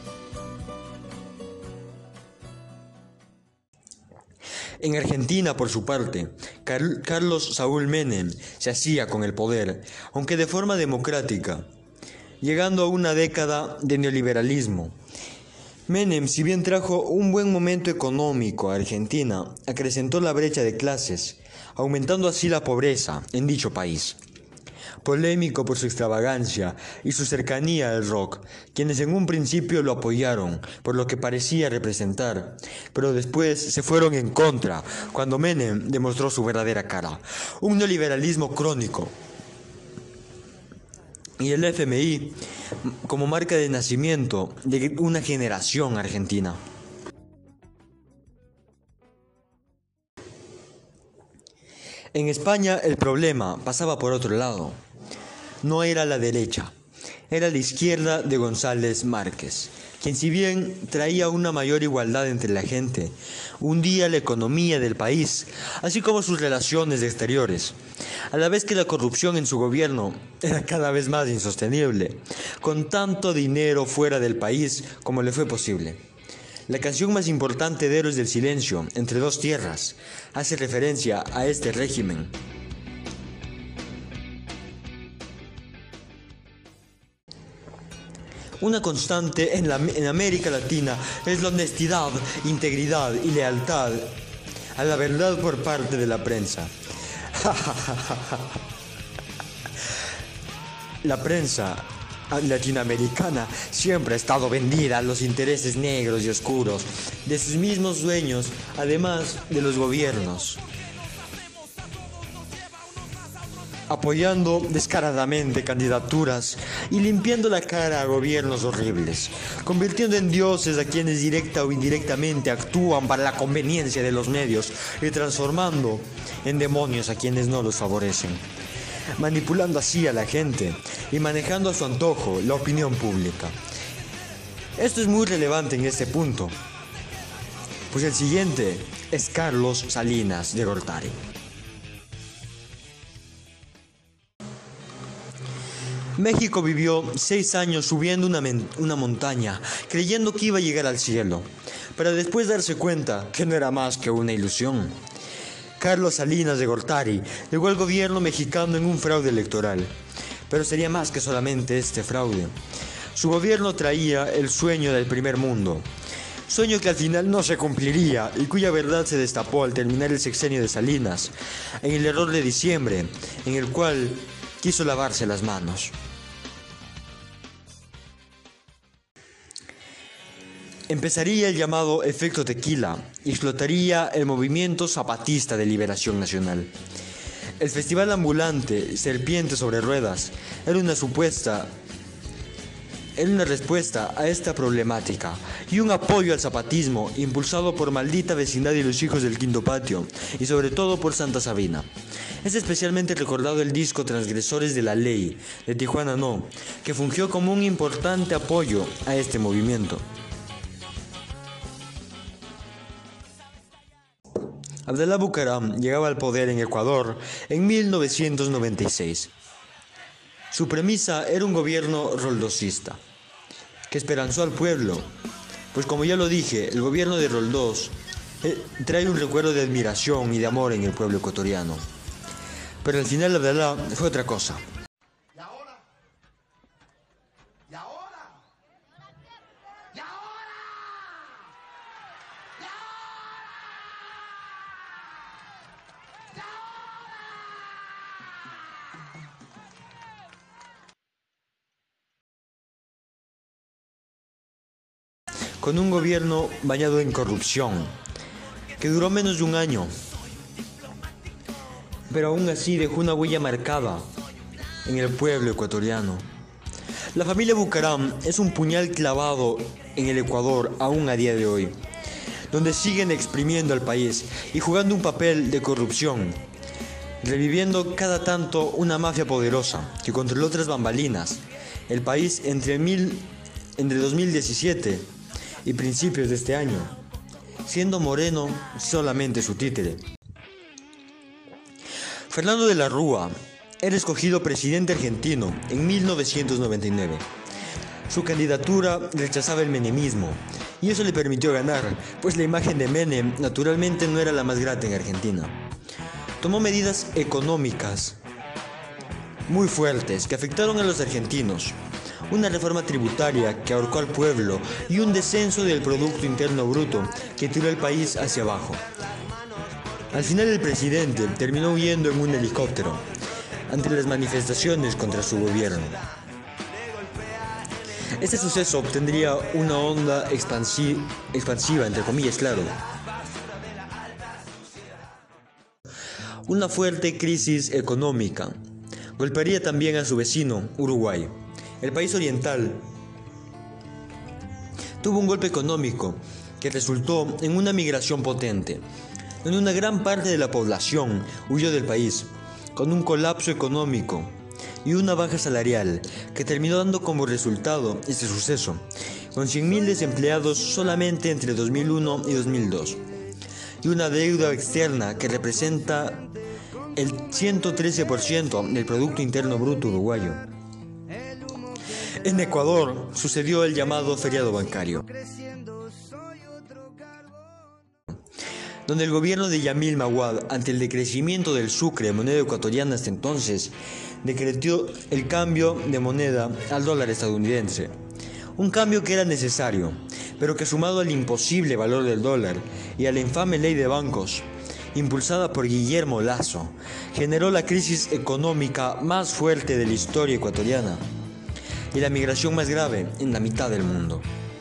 En Argentina, por su parte, Car- Carlos Saúl Menem se hacía con el poder, aunque de forma democrática, llegando a una década de neoliberalismo. Menem, si bien trajo un buen momento económico a Argentina, acrecentó la brecha de clases, aumentando así la pobreza en dicho país. Polémico por su extravagancia y su cercanía al rock, quienes en un principio lo apoyaron por lo que parecía representar, pero después se fueron en contra cuando Menem demostró su verdadera cara, un neoliberalismo crónico. Y el F M I como marca de nacimiento de una generación argentina. En España el problema pasaba por otro lado. No era la derecha, era la izquierda de González Márquez, quien si bien traía una mayor igualdad entre la gente, hundía la economía del país, así como sus relaciones exteriores, a la vez que la corrupción en su gobierno era cada vez más insostenible, con tanto dinero fuera del país como le fue posible. La canción más importante de Héroes del Silencio, Entre dos tierras, hace referencia a este régimen. Una constante en, la, en América Latina es la honestidad, integridad y lealtad a la verdad por parte de la prensa. La prensa latinoamericana siempre ha estado vendida a los intereses negros y oscuros de sus mismos dueños, además de los gobiernos, apoyando descaradamente candidaturas y limpiando la cara a gobiernos horribles, convirtiendo en dioses a quienes directa o indirectamente actúan para la conveniencia de los medios y transformando en demonios a quienes no los favorecen, manipulando así a la gente y manejando a su antojo la opinión pública. Esto es muy relevante en este punto, pues el siguiente es Carlos Salinas de Gortari. México vivió seis años subiendo una, una montaña, creyendo que iba a llegar al cielo, para después darse cuenta que no era más que una ilusión. Carlos Salinas de Gortari llegó al gobierno mexicano en un fraude electoral, pero sería más que solamente este fraude. Su gobierno traía el sueño del primer mundo, sueño que al final no se cumpliría y cuya verdad se destapó al terminar el sexenio de Salinas, en el error de diciembre, en el cual quiso lavarse las manos. Empezaría el llamado efecto tequila y explotaría el movimiento zapatista de liberación nacional. El festival ambulante Serpientes sobre Ruedas era una supuesta era una respuesta a esta problemática y un apoyo al zapatismo impulsado por Maldita Vecindad y los Hijos del Quinto Patio y sobre todo por Santa Sabina. Es especialmente recordado el disco Transgresores de la Ley de Tijuana No, que fungió como un importante apoyo a este movimiento. Abdalá Bucaram llegaba al poder en Ecuador en mil novecientos noventa y seis. Su premisa era un gobierno roldosista, que esperanzó al pueblo, pues como ya lo dije, el gobierno de Roldós eh, trae un recuerdo de admiración y de amor en el pueblo ecuatoriano. Pero al final Abdalá fue otra cosa. ¿Y ahora? ¿Y ahora? ¿Y ahora? ¿Y ahora? ¿Y ahora? Con un gobierno bañado en corrupción, que duró menos de un año, pero aún así dejó una huella marcada en el pueblo ecuatoriano. La familia Bucaram es un puñal clavado en el Ecuador aún a día de hoy, donde siguen exprimiendo al país y jugando un papel de corrupción, reviviendo cada tanto una mafia poderosa que controló tras bambalinas el país entre, mil, entre dos mil diecisiete y principios de este año, siendo Moreno solamente su títere. Fernando de la Rúa era escogido presidente argentino en mil novecientos noventa y nueve. Su candidatura rechazaba el menemismo y eso le permitió ganar, pues la imagen de Menem naturalmente no era la más grata en Argentina. Tomó medidas económicas muy fuertes que afectaron a los argentinos, una reforma tributaria que ahorcó al pueblo y un descenso del Producto Interno Bruto que tiró el país hacia abajo. Al final el presidente terminó huyendo en un helicóptero ante las manifestaciones contra su gobierno. Este suceso obtendría una onda expansi- expansiva, entre comillas, claro. Una fuerte crisis económica golpearía también a su vecino, Uruguay. El país oriental tuvo un golpe económico que resultó en una migración potente, donde una gran parte de la población huyó del país, con un colapso económico y una baja salarial que terminó dando como resultado este suceso, con cien mil desempleados solamente entre dos mil uno y dos mil dos, y una deuda externa que representa el ciento trece por ciento del Producto Interno Bruto uruguayo. En Ecuador sucedió el llamado feriado bancario, donde el gobierno de Yamil Maguad, ante el decrecimiento del sucre, moneda ecuatoriana hasta entonces, decretó el cambio de moneda al dólar estadounidense. Un cambio que era necesario, pero que sumado al imposible valor del dólar y a la infame ley de bancos, impulsada por Guillermo Lasso, generó la crisis económica más fuerte de la historia ecuatoriana y la migración más grave en la mitad del mundo.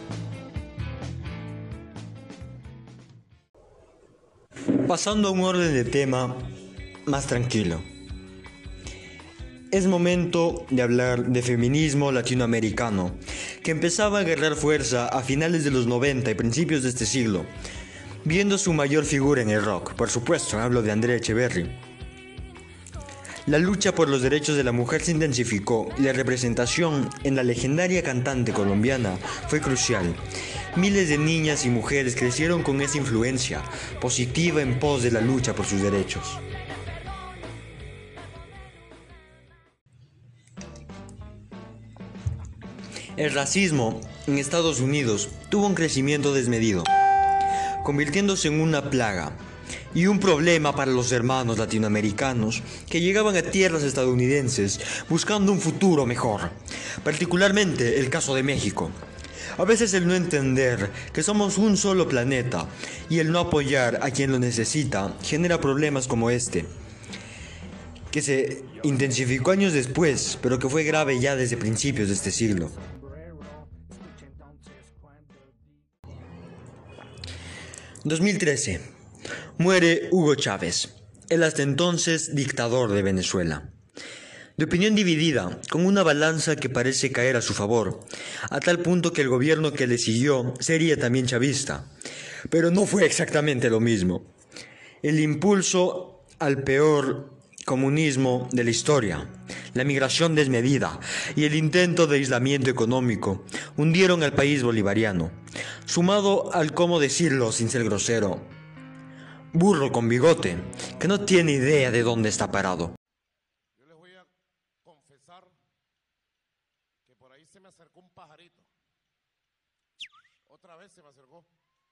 Pasando a un orden de tema más tranquilo. Es momento de hablar de feminismo latinoamericano, que empezaba a agarrar fuerza a finales de los noventa y principios de este siglo, viendo su mayor figura en el rock. Por supuesto, hablo de Andrea Echeverry. La lucha por los derechos de la mujer se intensificó y la representación en la legendaria cantante colombiana fue crucial. Miles de niñas y mujeres crecieron con esa influencia positiva en pos de la lucha por sus derechos. El racismo en Estados Unidos tuvo un crecimiento desmedido, convirtiéndose en una plaga y un problema para los hermanos latinoamericanos que llegaban a tierras estadounidenses buscando un futuro mejor, particularmente el caso de México. A veces el no entender que somos un solo planeta y el no apoyar a quien lo necesita genera problemas como este, que se intensificó años después, pero que fue grave ya desde principios de este siglo. dos mil trece. Muere Hugo Chávez, el hasta entonces dictador de Venezuela. De opinión dividida, con una balanza que parece caer a su favor, a tal punto que el gobierno que le siguió sería también chavista. Pero no fue exactamente lo mismo. El impulso al peor comunismo de la historia, la migración desmedida y el intento de aislamiento económico hundieron al país bolivariano, sumado al, cómo decirlo sin ser grosero, burro con bigote, que no tiene idea de dónde está parado. Yo les voy a confesar que por ahí se me acercó un pajarito. Otra vez se me acercó.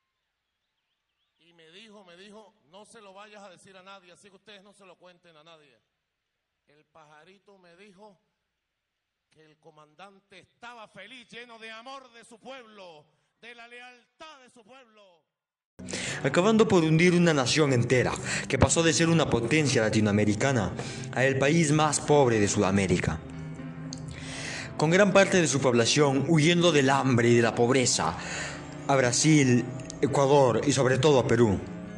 Y me dijo, me dijo, no se lo vayas a decir a nadie, así que ustedes no se lo cuenten a nadie. El pajarito me dijo que el comandante estaba feliz, lleno de amor de su pueblo, de la lealtad de su pueblo. Acabando por hundir una nación entera, que pasó de ser una potencia latinoamericana a el país más pobre de Sudamérica, con gran parte de su población huyendo del hambre y de la pobreza a Brasil, Ecuador y sobre todo a Perú.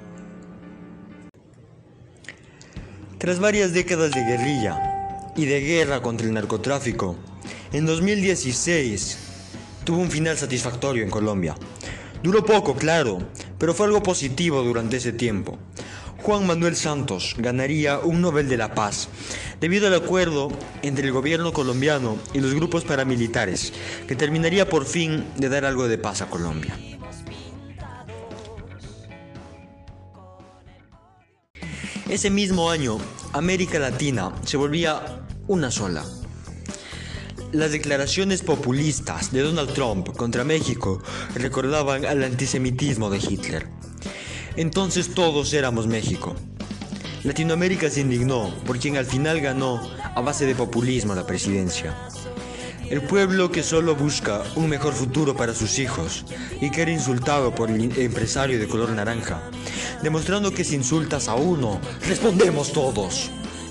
Tras varias décadas de guerrilla y de guerra contra el narcotráfico, en dos mil dieciséis tuvo un final satisfactorio en Colombia. Duró poco, claro, pero fue algo positivo durante ese tiempo. Juan Manuel Santos ganaría un Nobel de la Paz debido al acuerdo entre el gobierno colombiano y los grupos paramilitares, que terminaría por fin de dar algo de paz a Colombia. Ese mismo año, América Latina se volvía una sola. Las declaraciones populistas de Donald Trump contra México recordaban al antisemitismo de Hitler. Entonces todos éramos México. Latinoamérica se indignó por quien al final ganó a base de populismo la presidencia. El pueblo que solo busca un mejor futuro para sus hijos y que era insultado por el empresario de color naranja, demostrando que si insultas a uno, respondemos todos.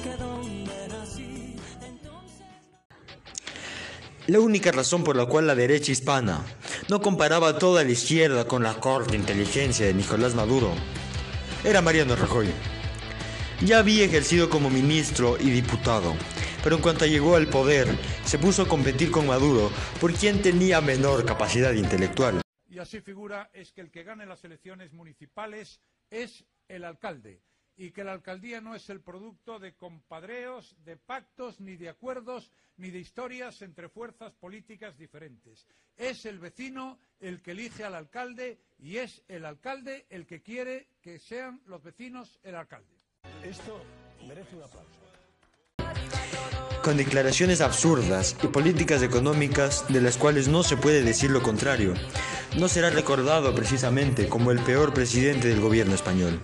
La única razón por la cual la derecha hispana no comparaba a toda la izquierda con la corte inteligencia de Nicolás Maduro era Mariano Rajoy. Ya había ejercido como ministro y diputado, pero en cuanto llegó al poder, se puso a competir con Maduro por quien tenía menor capacidad intelectual. Y así figura es que el que gane las elecciones municipales es el alcalde y que la alcaldía no es el producto de compadreos, de pactos, ni de acuerdos, ni de historias entre fuerzas políticas diferentes. Es el vecino el que elige al alcalde y es el alcalde el que quiere que sean los vecinos el alcalde. Esto merece un aplauso. Con declaraciones absurdas y políticas económicas de las cuales no se puede decir lo contrario, no será recordado precisamente como el peor presidente del gobierno español.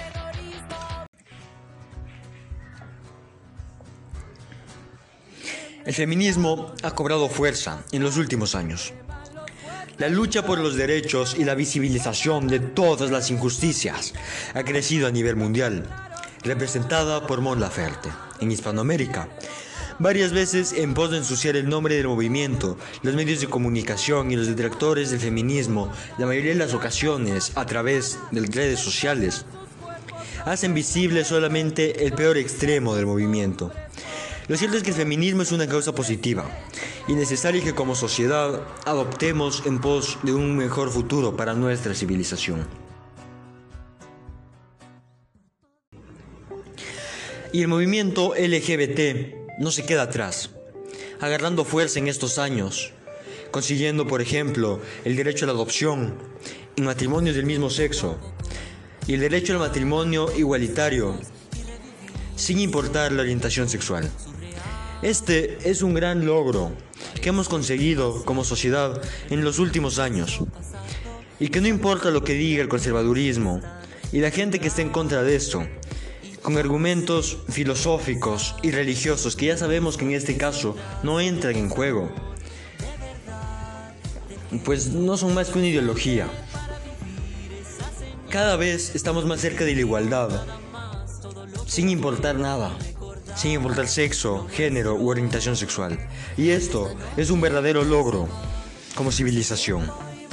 El feminismo ha cobrado fuerza en los últimos años. La lucha por los derechos y la visibilización de todas las injusticias ha crecido a nivel mundial, representada por Mon Laferte en Hispanoamérica. Varias veces, en pos de ensuciar el nombre del movimiento, los medios de comunicación y los detractores del feminismo, la mayoría de las ocasiones a través de redes sociales, hacen visible solamente el peor extremo del movimiento. Lo cierto es que el feminismo es una causa positiva y necesaria que como sociedad adoptemos en pos de un mejor futuro para nuestra civilización. Y el movimiento L G B T no se queda atrás, agarrando fuerza en estos años, consiguiendo, por ejemplo, el derecho a la adopción en matrimonios del mismo sexo y el derecho al matrimonio igualitario, sin importar la orientación sexual. Este es un gran logro que hemos conseguido como sociedad en los últimos años, y que no importa lo que diga el conservadurismo y la gente que esté en contra de esto, con argumentos filosóficos y religiosos que ya sabemos que en este caso no entran en juego, pues no son más que una ideología. Cada vez estamos más cerca de la igualdad, sin importar nada, sin importar sexo, género u orientación sexual. Y esto es un verdadero logro como civilización.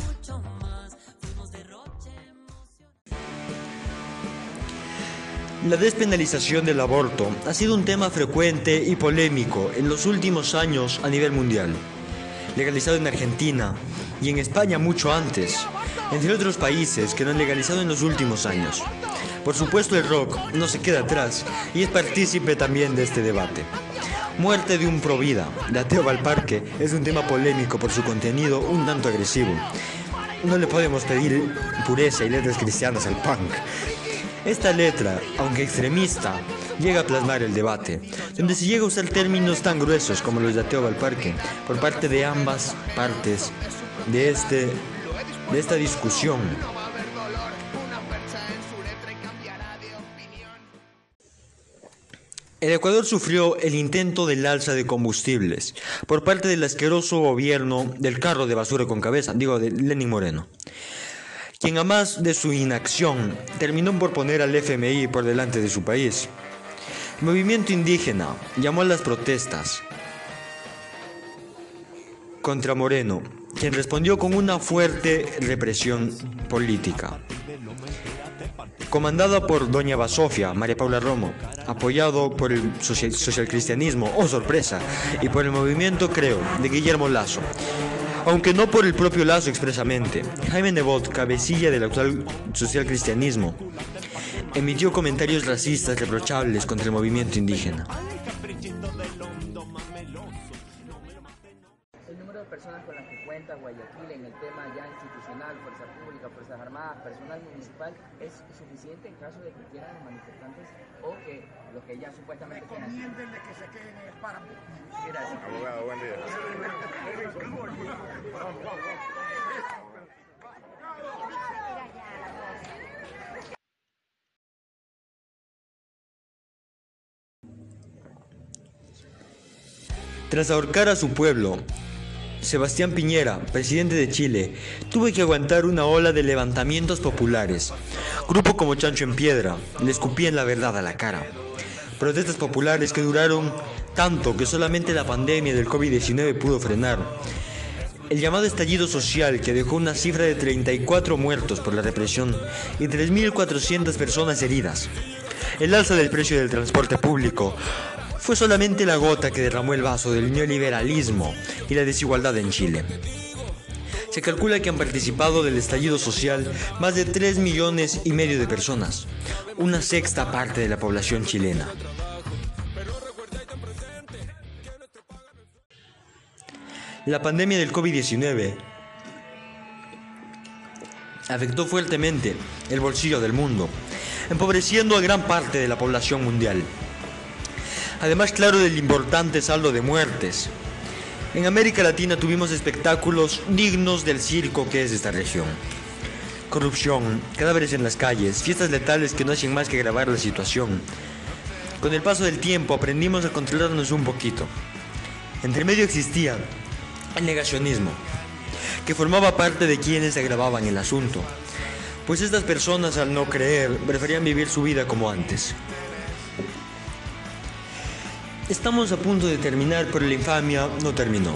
La despenalización del aborto ha sido un tema frecuente y polémico en los últimos años a nivel mundial. Legalizado en Argentina y en España mucho antes, entre otros países que lo han legalizado en los últimos años. Por supuesto, el rock no se queda atrás y es partícipe también de este debate. Muerte de un provida, de Ateo Valparque, es un tema polémico por su contenido un tanto agresivo. No le podemos pedir pureza y letras cristianas al punk. Esta letra, aunque extremista, llega a plasmar el debate, donde se llega a usar términos tan gruesos como los de Ateo Valparque por parte de ambas partes de, este, de esta discusión. El Ecuador sufrió el intento del alza de combustibles por parte del asqueroso gobierno del carro de basura con cabeza, digo, de Lenín Moreno, quien a más de su inacción terminó por poner al F M I por delante de su país. El movimiento indígena llamó a las protestas contra Moreno, quien respondió con una fuerte represión política, comandada por doña Basofia, María Paula Romo, apoyado por el social, socialcristianismo, oh sorpresa, y por el movimiento Creo, de Guillermo Lasso. Aunque no por el propio Lasso expresamente, Jaime Nebot, cabecilla del actual socialcristianismo, emitió comentarios racistas reprochables contra el movimiento indígena. El número de personas con las que cuenta Guayaquil en el tema ya institucional, fuerza pública, fuerzas armadas, personal municipal, es suficiente en caso de que quieran los manifestantes o que los que ya supuestamente recomienden de que se queden en el páramo. Gracias. Abogado, buen día. Tras ahorcar a su pueblo, Sebastián Piñera, presidente de Chile, tuvo que aguantar una ola de levantamientos populares. Grupos como Chancho en Piedra le escupían la verdad a la cara. Protestas populares que duraron tanto que solamente la pandemia del COVID diecinueve pudo frenar. El llamado estallido social, que dejó una cifra de treinta y cuatro muertos por la represión y tres mil cuatrocientas personas heridas. El alza del precio del transporte público fue solamente la gota que derramó el vaso del neoliberalismo y la desigualdad en Chile. Se calcula que han participado del estallido social más de tres millones y medio de personas, una sexta parte de la población chilena. La pandemia del COVID diecinueve afectó fuertemente el bolsillo del mundo, empobreciendo a gran parte de la población mundial. Además, claro, del importante saldo de muertes. En América Latina tuvimos espectáculos dignos del circo que es esta región. Corrupción, cadáveres en las calles, fiestas letales que no hacen más que agravar la situación. Con el paso del tiempo aprendimos a controlarnos un poquito. Entre medio existía el negacionismo, que formaba parte de quienes agravaban el asunto, pues estas personas, al no creer, preferían vivir su vida como antes. Estamos a punto de terminar, pero la infamia no terminó.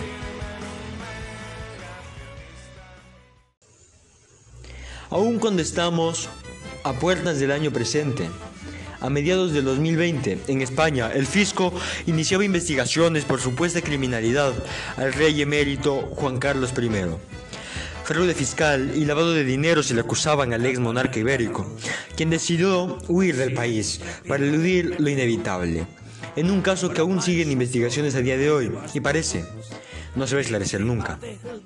Aún cuando estamos a puertas del año presente, a mediados del dos mil veinte, en España, el fisco iniciaba investigaciones por supuesta criminalidad al rey emérito Juan Carlos primero. Fraude fiscal y lavado de dinero se le acusaban al ex monarca ibérico, quien decidió huir del país para eludir lo inevitable, en un caso que aún sigue en investigaciones a día de hoy y parece no se va a esclarecer nunca.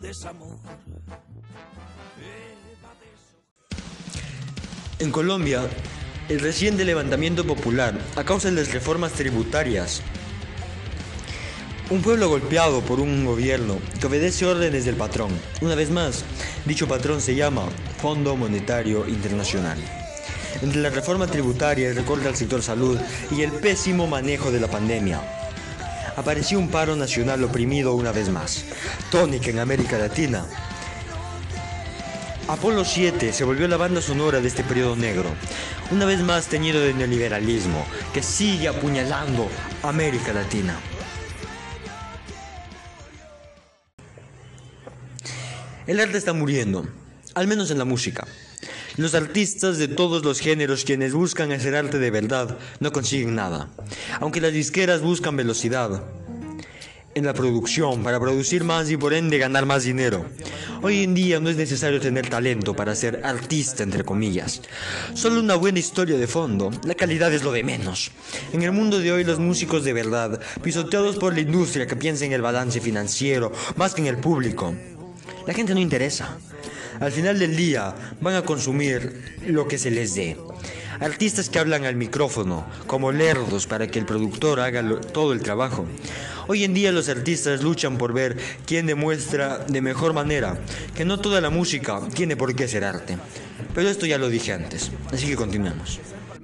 En Colombia, el reciente levantamiento popular a causa de las reformas tributarias, un pueblo golpeado por un gobierno que obedece órdenes del patrón. Una vez más, dicho patrón se llama Fondo Monetario Internacional. Entre la reforma tributaria, el recorte al sector salud y el pésimo manejo de la pandemia, apareció un paro nacional oprimido una vez más, tónica en América Latina. Apolo siete se volvió la banda sonora de este periodo negro, una vez más teñido de neoliberalismo, que sigue apuñalando a América Latina. El arte está muriendo, al menos en la música. Los artistas de todos los géneros, quienes buscan hacer arte de verdad, no consiguen nada, aunque las disqueras buscan velocidad en la producción para producir más y por ende ganar más dinero. Hoy en día no es necesario tener talento para ser artista, entre comillas. Solo una buena historia de fondo. La calidad es lo de menos. En el mundo de hoy, los músicos de verdad, pisoteados por la industria que piensa en el balance financiero más que en el público, la gente no interesa. Al final del día van a consumir lo que se les dé. Artistas que hablan al micrófono como lerdos para que el productor haga lo, todo el trabajo. Hoy en día los artistas luchan por ver quién demuestra de mejor manera que no toda la música tiene por qué ser arte. Pero esto ya lo dije antes, así que continuemos.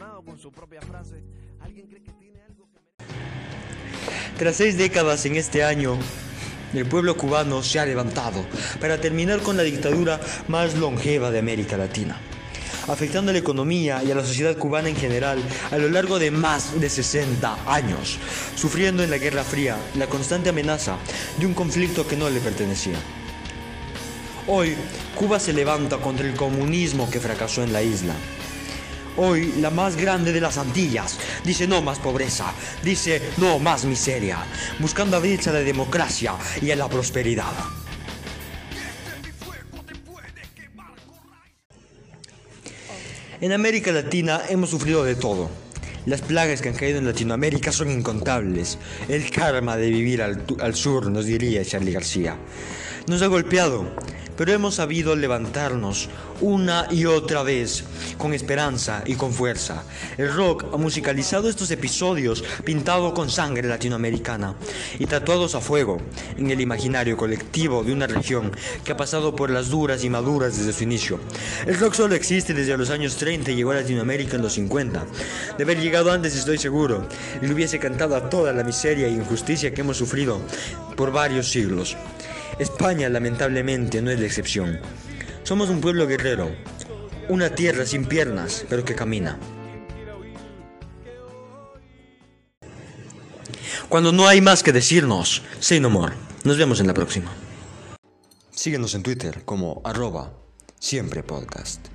Tras seis décadas en este año, el pueblo cubano se ha levantado para terminar con la dictadura más longeva de América Latina, afectando a la economía y a la sociedad cubana en general a lo largo de más de sesenta años, sufriendo en la Guerra Fría la constante amenaza de un conflicto que no le pertenecía. Hoy, Cuba se levanta contra el comunismo que fracasó en la isla. Hoy, la más grande de las Antillas dice no más pobreza, dice no más miseria, buscando abrirse a la democracia y a la prosperidad. En América Latina hemos sufrido de todo. Las plagas que han caído en Latinoamérica son incontables. El karma de vivir al, al sur, nos diría Charly García. Nos ha golpeado, pero hemos sabido levantarnos una y otra vez, con esperanza y con fuerza. El rock ha musicalizado estos episodios pintados con sangre latinoamericana y tatuados a fuego en el imaginario colectivo de una región que ha pasado por las duras y maduras desde su inicio. El rock solo existe desde los años treinta y llegó a Latinoamérica en los cincuenta. De haber llegado antes estoy seguro, y le hubiese cantado a toda la miseria e injusticia que hemos sufrido por varios siglos. España, lamentablemente, no es la excepción. Somos un pueblo guerrero, una tierra sin piernas, pero que camina. Cuando no hay más que decirnos, say no more. Nos vemos en la próxima. Síguenos en Twitter como arroba siempre podcast.